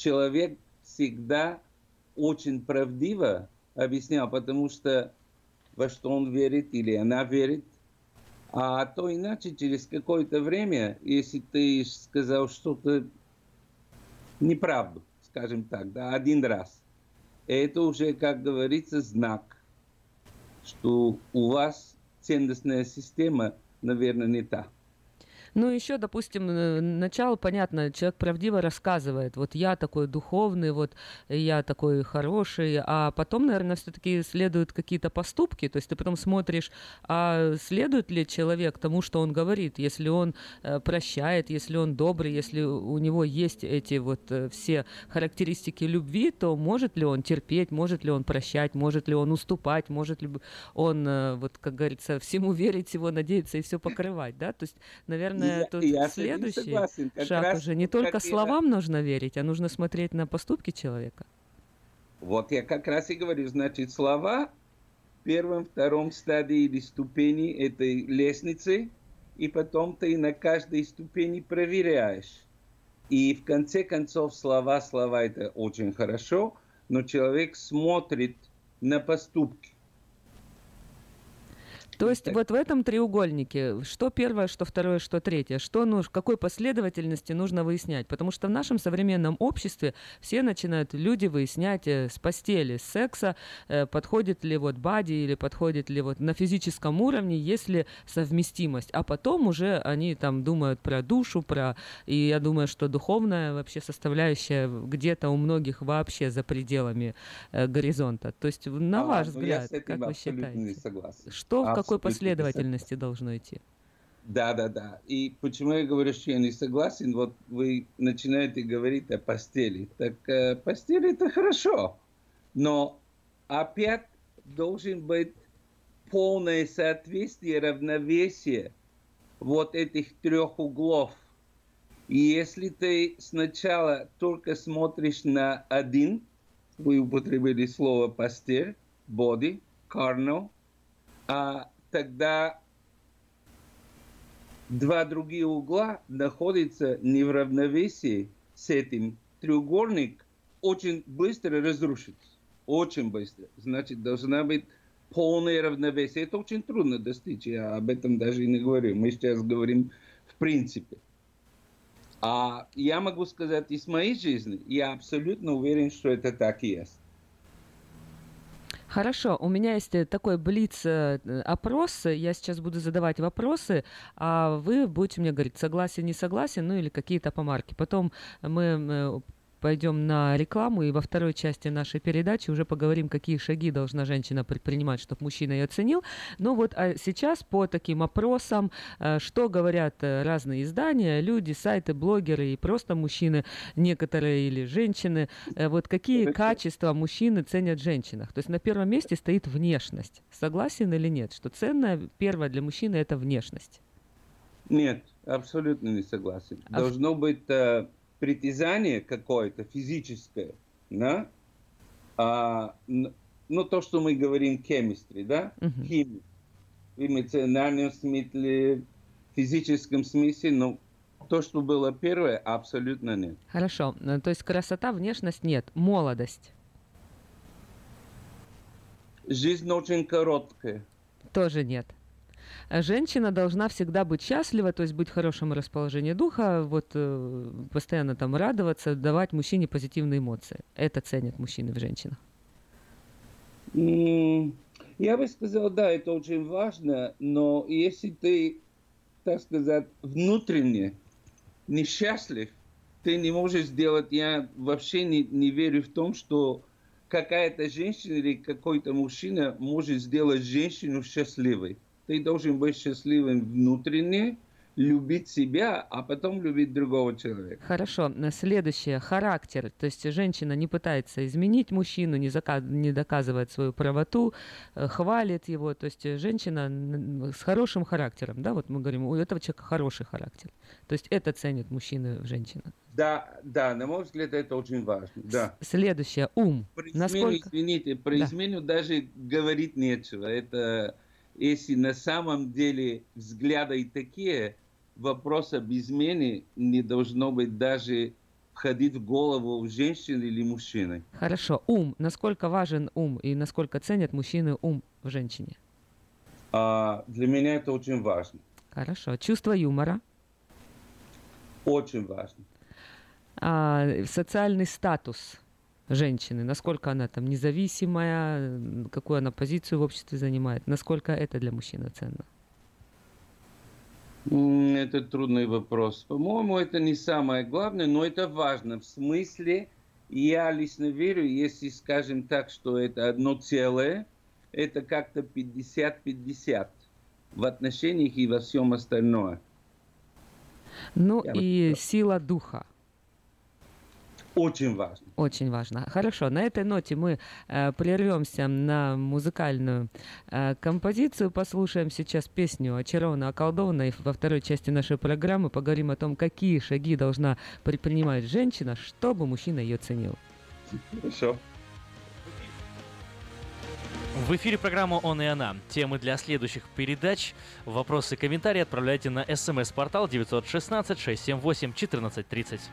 человек всегда очень правдиво объяснял, потому что во что он верит или она верит. А то иначе через какое-то время, если ты сказал что-то неправду, скажем так, да, один раз, это уже, как говорится, знак, что у вас ценностная система, наверное, не та. Ну, еще, допустим, э, начало, понятно, человек правдиво рассказывает, вот я такой духовный, вот я такой хороший, а потом, наверное, все-таки следуют какие-то поступки, то есть ты потом смотришь, а следует ли человек тому, что он говорит, если он э, прощает, если он добрый, если у него есть эти вот э, все характеристики любви, то может ли он терпеть, может ли он прощать, может ли он уступать, может ли он, э, вот, как говорится, всему верить, всего надеяться и все покрывать, да, то есть, наверное, Я- тут я с этим следующий согласен. Как шаг раз уже не вот только как я- словам нужно верить, а нужно смотреть на поступки человека. Вот я как раз и говорю, значит, слова в первом, втором стадии или ступени этой лестницы, и потом ты на каждой ступени проверяешь. И в конце концов слова, слова это очень хорошо, но человек смотрит на поступки. То есть вот в этом треугольнике, что первое, что второе, что третье, что нужно, какой последовательности нужно выяснять? Потому что в нашем современном обществе все начинают люди выяснять э, с постели, с секса, э, подходит ли вот бади или подходит ли вот на физическом уровне, есть ли совместимость. А потом уже они там думают про душу, про... И я думаю, что духовная вообще составляющая где-то у многих вообще за пределами э, горизонта. То есть на А, ваш ну, я взгляд, с этим как вы абсолютно не считаете? согласен. Что в какой Абсолютно не последовательности должно идти? Да, да, да. И почему я говорю, что я не согласен? Вот вы начинаете говорить о постели. Так э, постель это хорошо, но опять должен быть полное соответствие, равновесие вот этих трех углов. И если ты сначала только смотришь на один, вы употребили слово постель, body, carnal, а тогда два другие угла находятся не в равновесии с этим. Треугольник очень быстро разрушится. Очень быстро. Значит, должна быть полное равновесие. Это очень трудно достичь. Я об этом даже и не говорю. Мы сейчас говорим в принципе. А я могу сказать из моей жизни, я абсолютно уверен, что это так и есть. Хорошо, у меня есть э, такой блиц-опрос. Я сейчас буду задавать вопросы, а вы будете мне говорить, согласен, не согласен, ну или какие-то помарки. Потом мы э, пойдем на рекламу, и во второй части нашей передачи уже поговорим, какие шаги должна женщина предпринимать, чтобы мужчина ее оценил. Ну вот, а сейчас по таким опросам, э, что говорят э, разные издания, люди, сайты, блогеры и просто мужчины, некоторые или женщины, э, вот какие качества мужчины ценят в женщинах. То есть на первом месте стоит внешность. Согласен или нет, что ценное первое для мужчины это внешность? Нет, абсолютно не согласен. А в- Должно быть э, притязание какое-то физическое, да? А, н- ну, то, что мы говорим chemistry, да? Мгм. Химия. В эмоциональном смысле, в физическом смысле, но то, что было первое, абсолютно нет. Хорошо, э, то есть красота, внешность нет, молодость Жизнь очень короткая. тоже нет. А женщина должна всегда быть счастлива, то есть быть в хорошем расположении духа, вот э, постоянно там радоваться, давать мужчине позитивные эмоции. Это ценят мужчины в женщинах. М, Я бы сказал, да, это очень важно, но если ты, так сказать, внутренне несчастлив, ты не можешь сделать, я вообще не, не верю в том, что какая-то женщина или какой-то мужчина может сделать женщину счастливой. Ты должен быть счастливым внутренне, любить себя, а потом любить другого человека. Хорошо, э, следующее, характер. То есть женщина не пытается изменить мужчину, не, зака- не доказывает свою правоту, э, хвалит его. То есть э, женщина н- с хорошим характером, да, вот мы говорим, у этого человека хороший характер. То есть это ценит мужчина в женщинах. Да, да, на мой взгляд, это очень важно. Да. Следующее, ум. Про измену, Насколько... извините, про Да. измену даже говорить нечего. Это если на самом деле взгляды такие, вопрос об измене не должно быть даже входить в голову женщины или мужчины. Хорошо, ум. Насколько важен ум и насколько ценят мужчины ум в женщине? А для меня это очень важно. Хорошо. Чувство юмора? Очень важно. А, социальный статус женщины, насколько она там независимая, какую она позицию в обществе занимает, насколько это для мужчины ценно? Это трудный вопрос. По-моему, это не самое главное, но это важно. В смысле, я лично верю, если скажем так, что это одно целое, это как-то пятьдесят-пятьдесят в отношениях и во всем остальном. Ну Я и вот... сила духа. Очень важно. Очень важно. Хорошо, на этой ноте мы э, прервемся на музыкальную э, композицию, послушаем сейчас песню «Очарована, околдована», и во второй части нашей программы поговорим о том, какие шаги должна предпринимать женщина, чтобы мужчина ее ценил. Хорошо. В эфире программа «Он и она». Темы для следующих передач. Вопросы и комментарии отправляйте на смс-портал девять один шесть шесть семь восемь один четыре три ноль.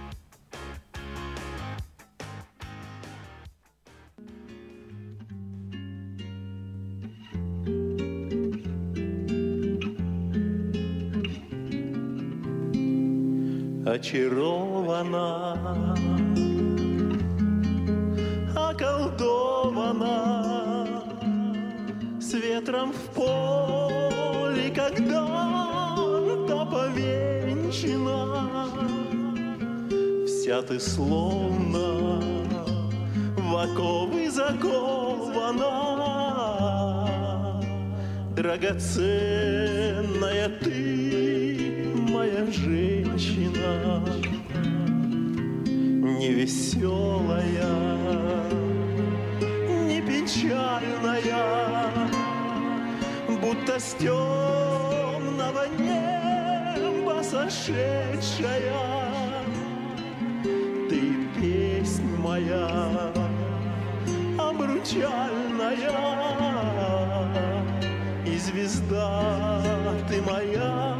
Очарована, околдована, с ветром в поле когда-то повенчана. Вся ты словно в оковы закована, драгоценная ты, моя женщина, не веселая, не печальная, будто с темного неба сошедшая. Ты песнь моя обручальная, и звезда ты моя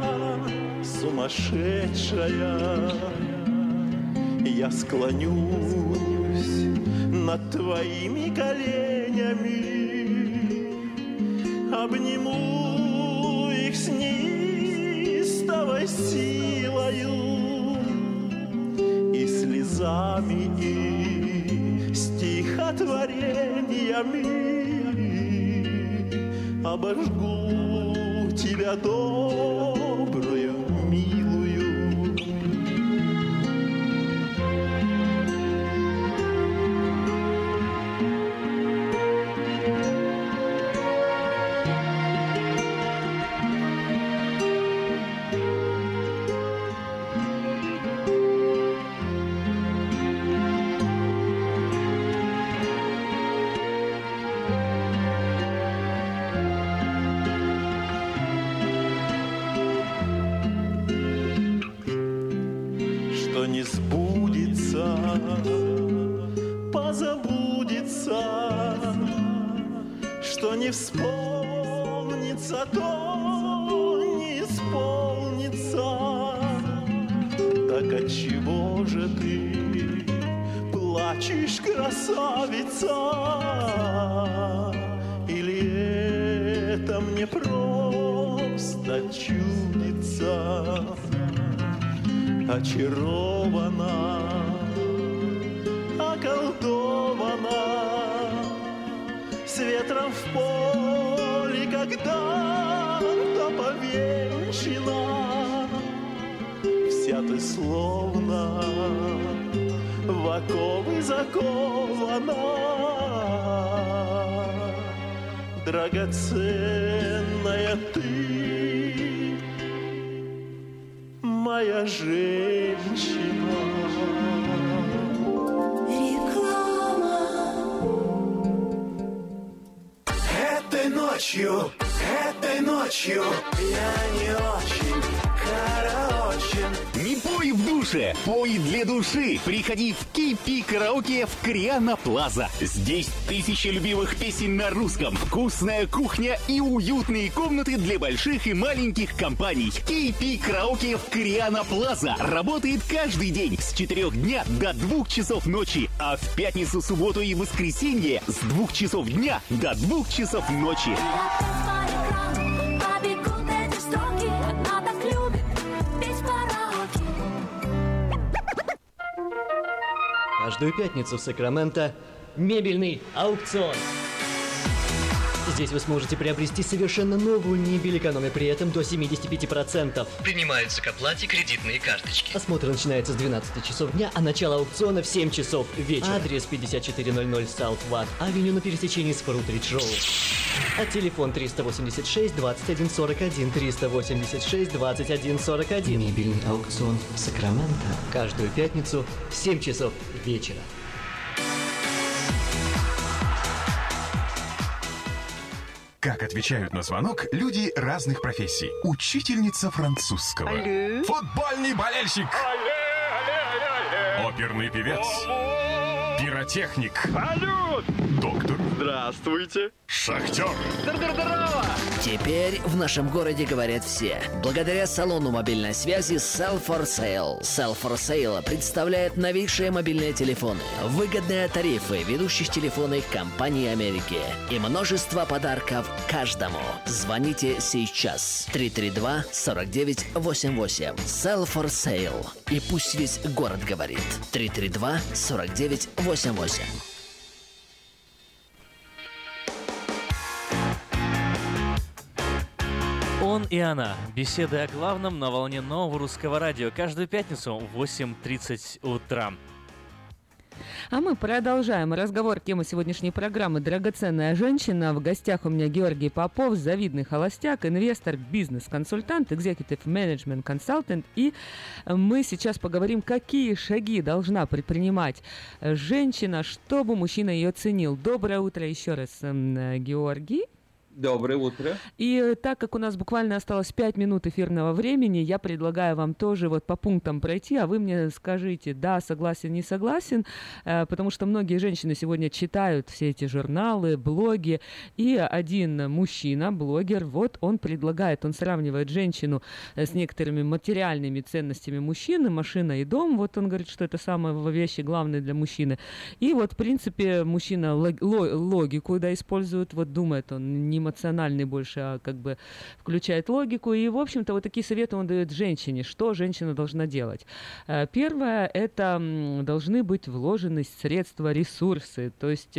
сумасшедшая. Я склонюсь над твоими коленями, обниму их с неистовой силою, и слезами, и стихотворениями обожгу тебя добрую, милую. Не сбудется, позабудется, что не вспомнится, то не исполнится. Так отчего же ты плачешь, красавица? Или это мне просто чудится? Очарована, околдована, с ветром в поле когда-то повенчана. Вся ты словно в оковы закована, драгоценная ты, моя женщина. Реклама. Этой ночью, этой ночью я не очень Не пой в душе, пой для души. Приходи в кей пи Караоке в Кориана Плаза. Здесь тысячи любимых песен на русском, вкусная кухня и уютные комнаты для больших и маленьких компаний. кей пи Караоке в Кориана Плаза работает каждый день с четырёх дня до двух часов ночи, а в пятницу, субботу и воскресенье с двух часов дня до двух часов ночи. Каждую пятницу в Сакраменто мебельный аукцион. Здесь вы сможете приобрести совершенно новую мебель, экономя при этом до семьдесят пять процентов. Принимаются к оплате кредитные карточки. Осмотр начинается с двенадцати часов дня, а начало аукциона в семь часов вечера. Адрес пятьдесят четыре ноль ноль South Watt Авеню на пересечении с Фрутридж Роуд. А телефон триста восемьдесят шесть двадцать один сорок один, триста восемьдесят шесть двадцать один сорок один. Мебельный аукцион Сакраменто. Каждую пятницу в семь часов вечера. Как отвечают на звонок люди разных профессий. Учительница французского. Алле. Футбольный болельщик. Алле, алле, алле. Оперный певец. Алло. Пиротехник. Салют! Доктор. Здравствуйте. Шахтер. Здорово! Теперь в нашем городе говорят все. Благодаря салону мобильной связи Sell for Sale. Sell for Sale представляет новейшие мобильные телефоны, выгодные тарифы ведущих телефонных компаний Америки и множество подарков каждому. Звоните сейчас. три три два сорок девять восемьдесят восемь. Sell for Sale. И пусть весь город говорит. три три два сорок девять восемьдесят восемь. Он и она. Беседы о главном на волне нового русского радио. Каждую пятницу в восемь тридцать утра. А мы продолжаем разговор. Тема сегодняшней программы «Драгоценная женщина». В гостях у меня Георгий Попов, завидный холостяк, инвестор, бизнес-консультант, executive management consultant. И мы сейчас поговорим, какие шаги должна предпринимать женщина, чтобы мужчина ее ценил. Доброе утро еще раз, Георгий. Доброе утро. И так как у нас буквально осталось пять минут эфирного времени, я предлагаю вам тоже вот по пунктам пройти, а вы мне скажите, да, согласен, не согласен, потому что многие женщины сегодня читают все эти журналы, блоги, и один мужчина, блогер, вот он предлагает, он сравнивает женщину с некоторыми материальными ценностями мужчины, машина и дом, вот он говорит, что это самые вещи главные для мужчины. И вот, в принципе, мужчина логику, да, использует, вот думает он не эмоциональный больше, а как бы включает логику. И, в общем-то, вот такие советы он дает женщине, что женщина должна делать. Первое, это должны быть вложены средства, ресурсы. То есть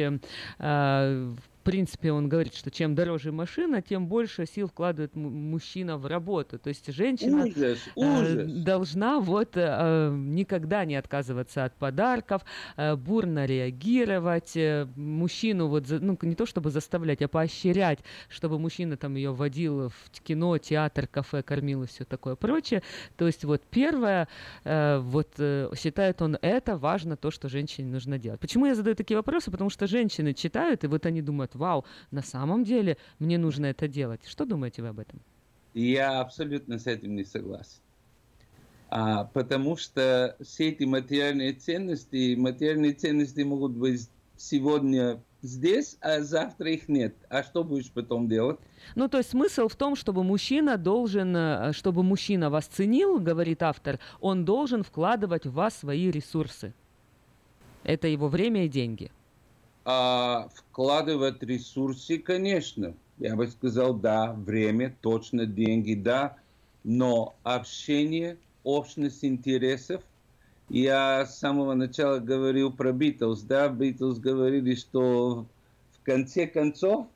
в принципе, он говорит, что чем дороже машина, тем больше сил вкладывает мужчина в работу. То есть женщина ужас, ужас. Э, должна вот э, никогда не отказываться от подарков, э, бурно реагировать, э, мужчину вот, за, ну, не то чтобы заставлять, а поощрять, чтобы мужчина там ее водил в кино, театр, кафе, кормил и все такое прочее. То есть вот первое, э, вот э, считает он, это важно, то, что женщине нужно делать. Почему я задаю такие вопросы? Потому что женщины читают, и вот они думают, вау, на самом деле мне нужно это делать. Что думаете вы об этом? Я абсолютно с этим не согласен. А, потому что все эти материальные ценности, материальные ценности могут быть сегодня здесь, а завтра их нет. А что будешь потом делать? Ну, то есть смысл в том, чтобы мужчина должен, чтобы мужчина вас ценил, говорит автор, он должен вкладывать в вас свои ресурсы. Это его время и деньги. А, вкладывать ресурсы, конечно. Я бы сказал, да, время, точно, деньги, да. Но общение, общность интересов. Я с самого начала говорил про Битлз, да. Битлз говорили, что в конце концов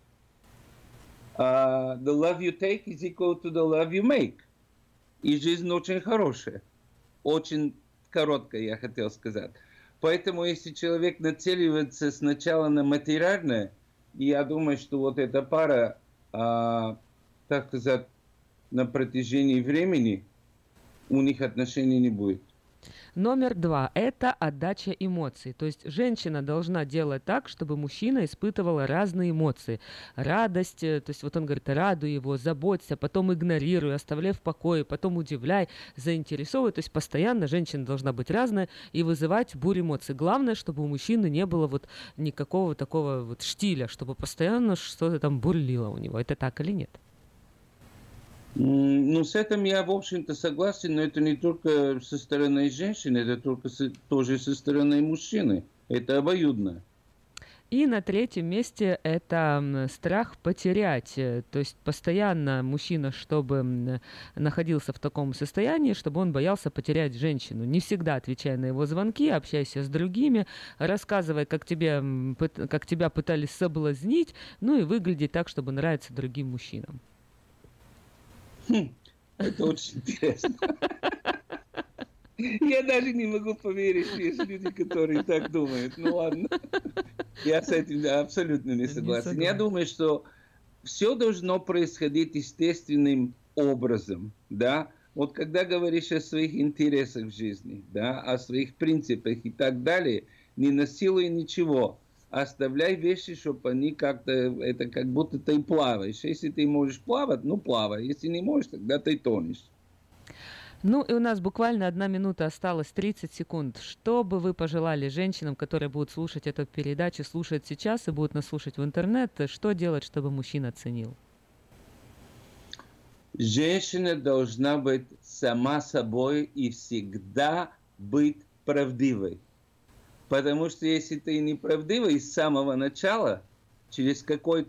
uh, the love you take is equal to the love you make. И жизнь очень хорошая. Очень короткая, я хотел сказать. Поэтому, если человек нацеливается сначала на материальное, я думаю, что вот эта пара, а, так сказать, на протяжении времени у них отношений не будет. Номер два – это отдача эмоций. То есть женщина должна делать так, чтобы мужчина испытывал разные эмоции. Радость, то есть вот он говорит, радуй его, заботься, потом игнорируй, оставляй в покое, потом удивляй, заинтересовывай. То есть постоянно женщина должна быть разная и вызывать бурю эмоций. Главное, чтобы у мужчины не было вот никакого такого вот штиля, чтобы постоянно что-то там бурлило у него. Это так или нет? Ну, с этим я, в общем-то, согласен, но это не только со стороны женщины, это только со, тоже со стороны мужчины. Это обоюдно. И на третьем месте это страх потерять. То есть постоянно мужчина, чтобы находился в таком состоянии, чтобы он боялся потерять женщину. Не всегда отвечая на его звонки, общайся с другими, рассказывай, как, тебе, как тебя пытались соблазнить, ну и выглядеть так, чтобы нравиться другим мужчинам. Хм, это очень интересно. Я даже не могу поверить, что есть люди, которые так думают. Ну ладно. Я с этим абсолютно не согласен. Не Я думаю, что все должно происходить естественным образом. Да? Вот когда говоришь о своих интересах в жизни, да, о своих принципах и так далее, не насилуй ничего. Оставляй вещи, чтобы они как-то, это как будто ты плаваешь. Если ты можешь плавать, ну плавай. Если не можешь, тогда ты тонешь. Ну и у нас буквально одна минута осталось, тридцать секунд. Что бы вы пожелали женщинам, которые будут слушать эту передачу, слушают сейчас и будут нас слушать в интернет, что делать, чтобы мужчина ценил? Женщина должна быть сама собой и всегда быть правдивой. Потому что если ты неправдивый с самого начала, через какое-то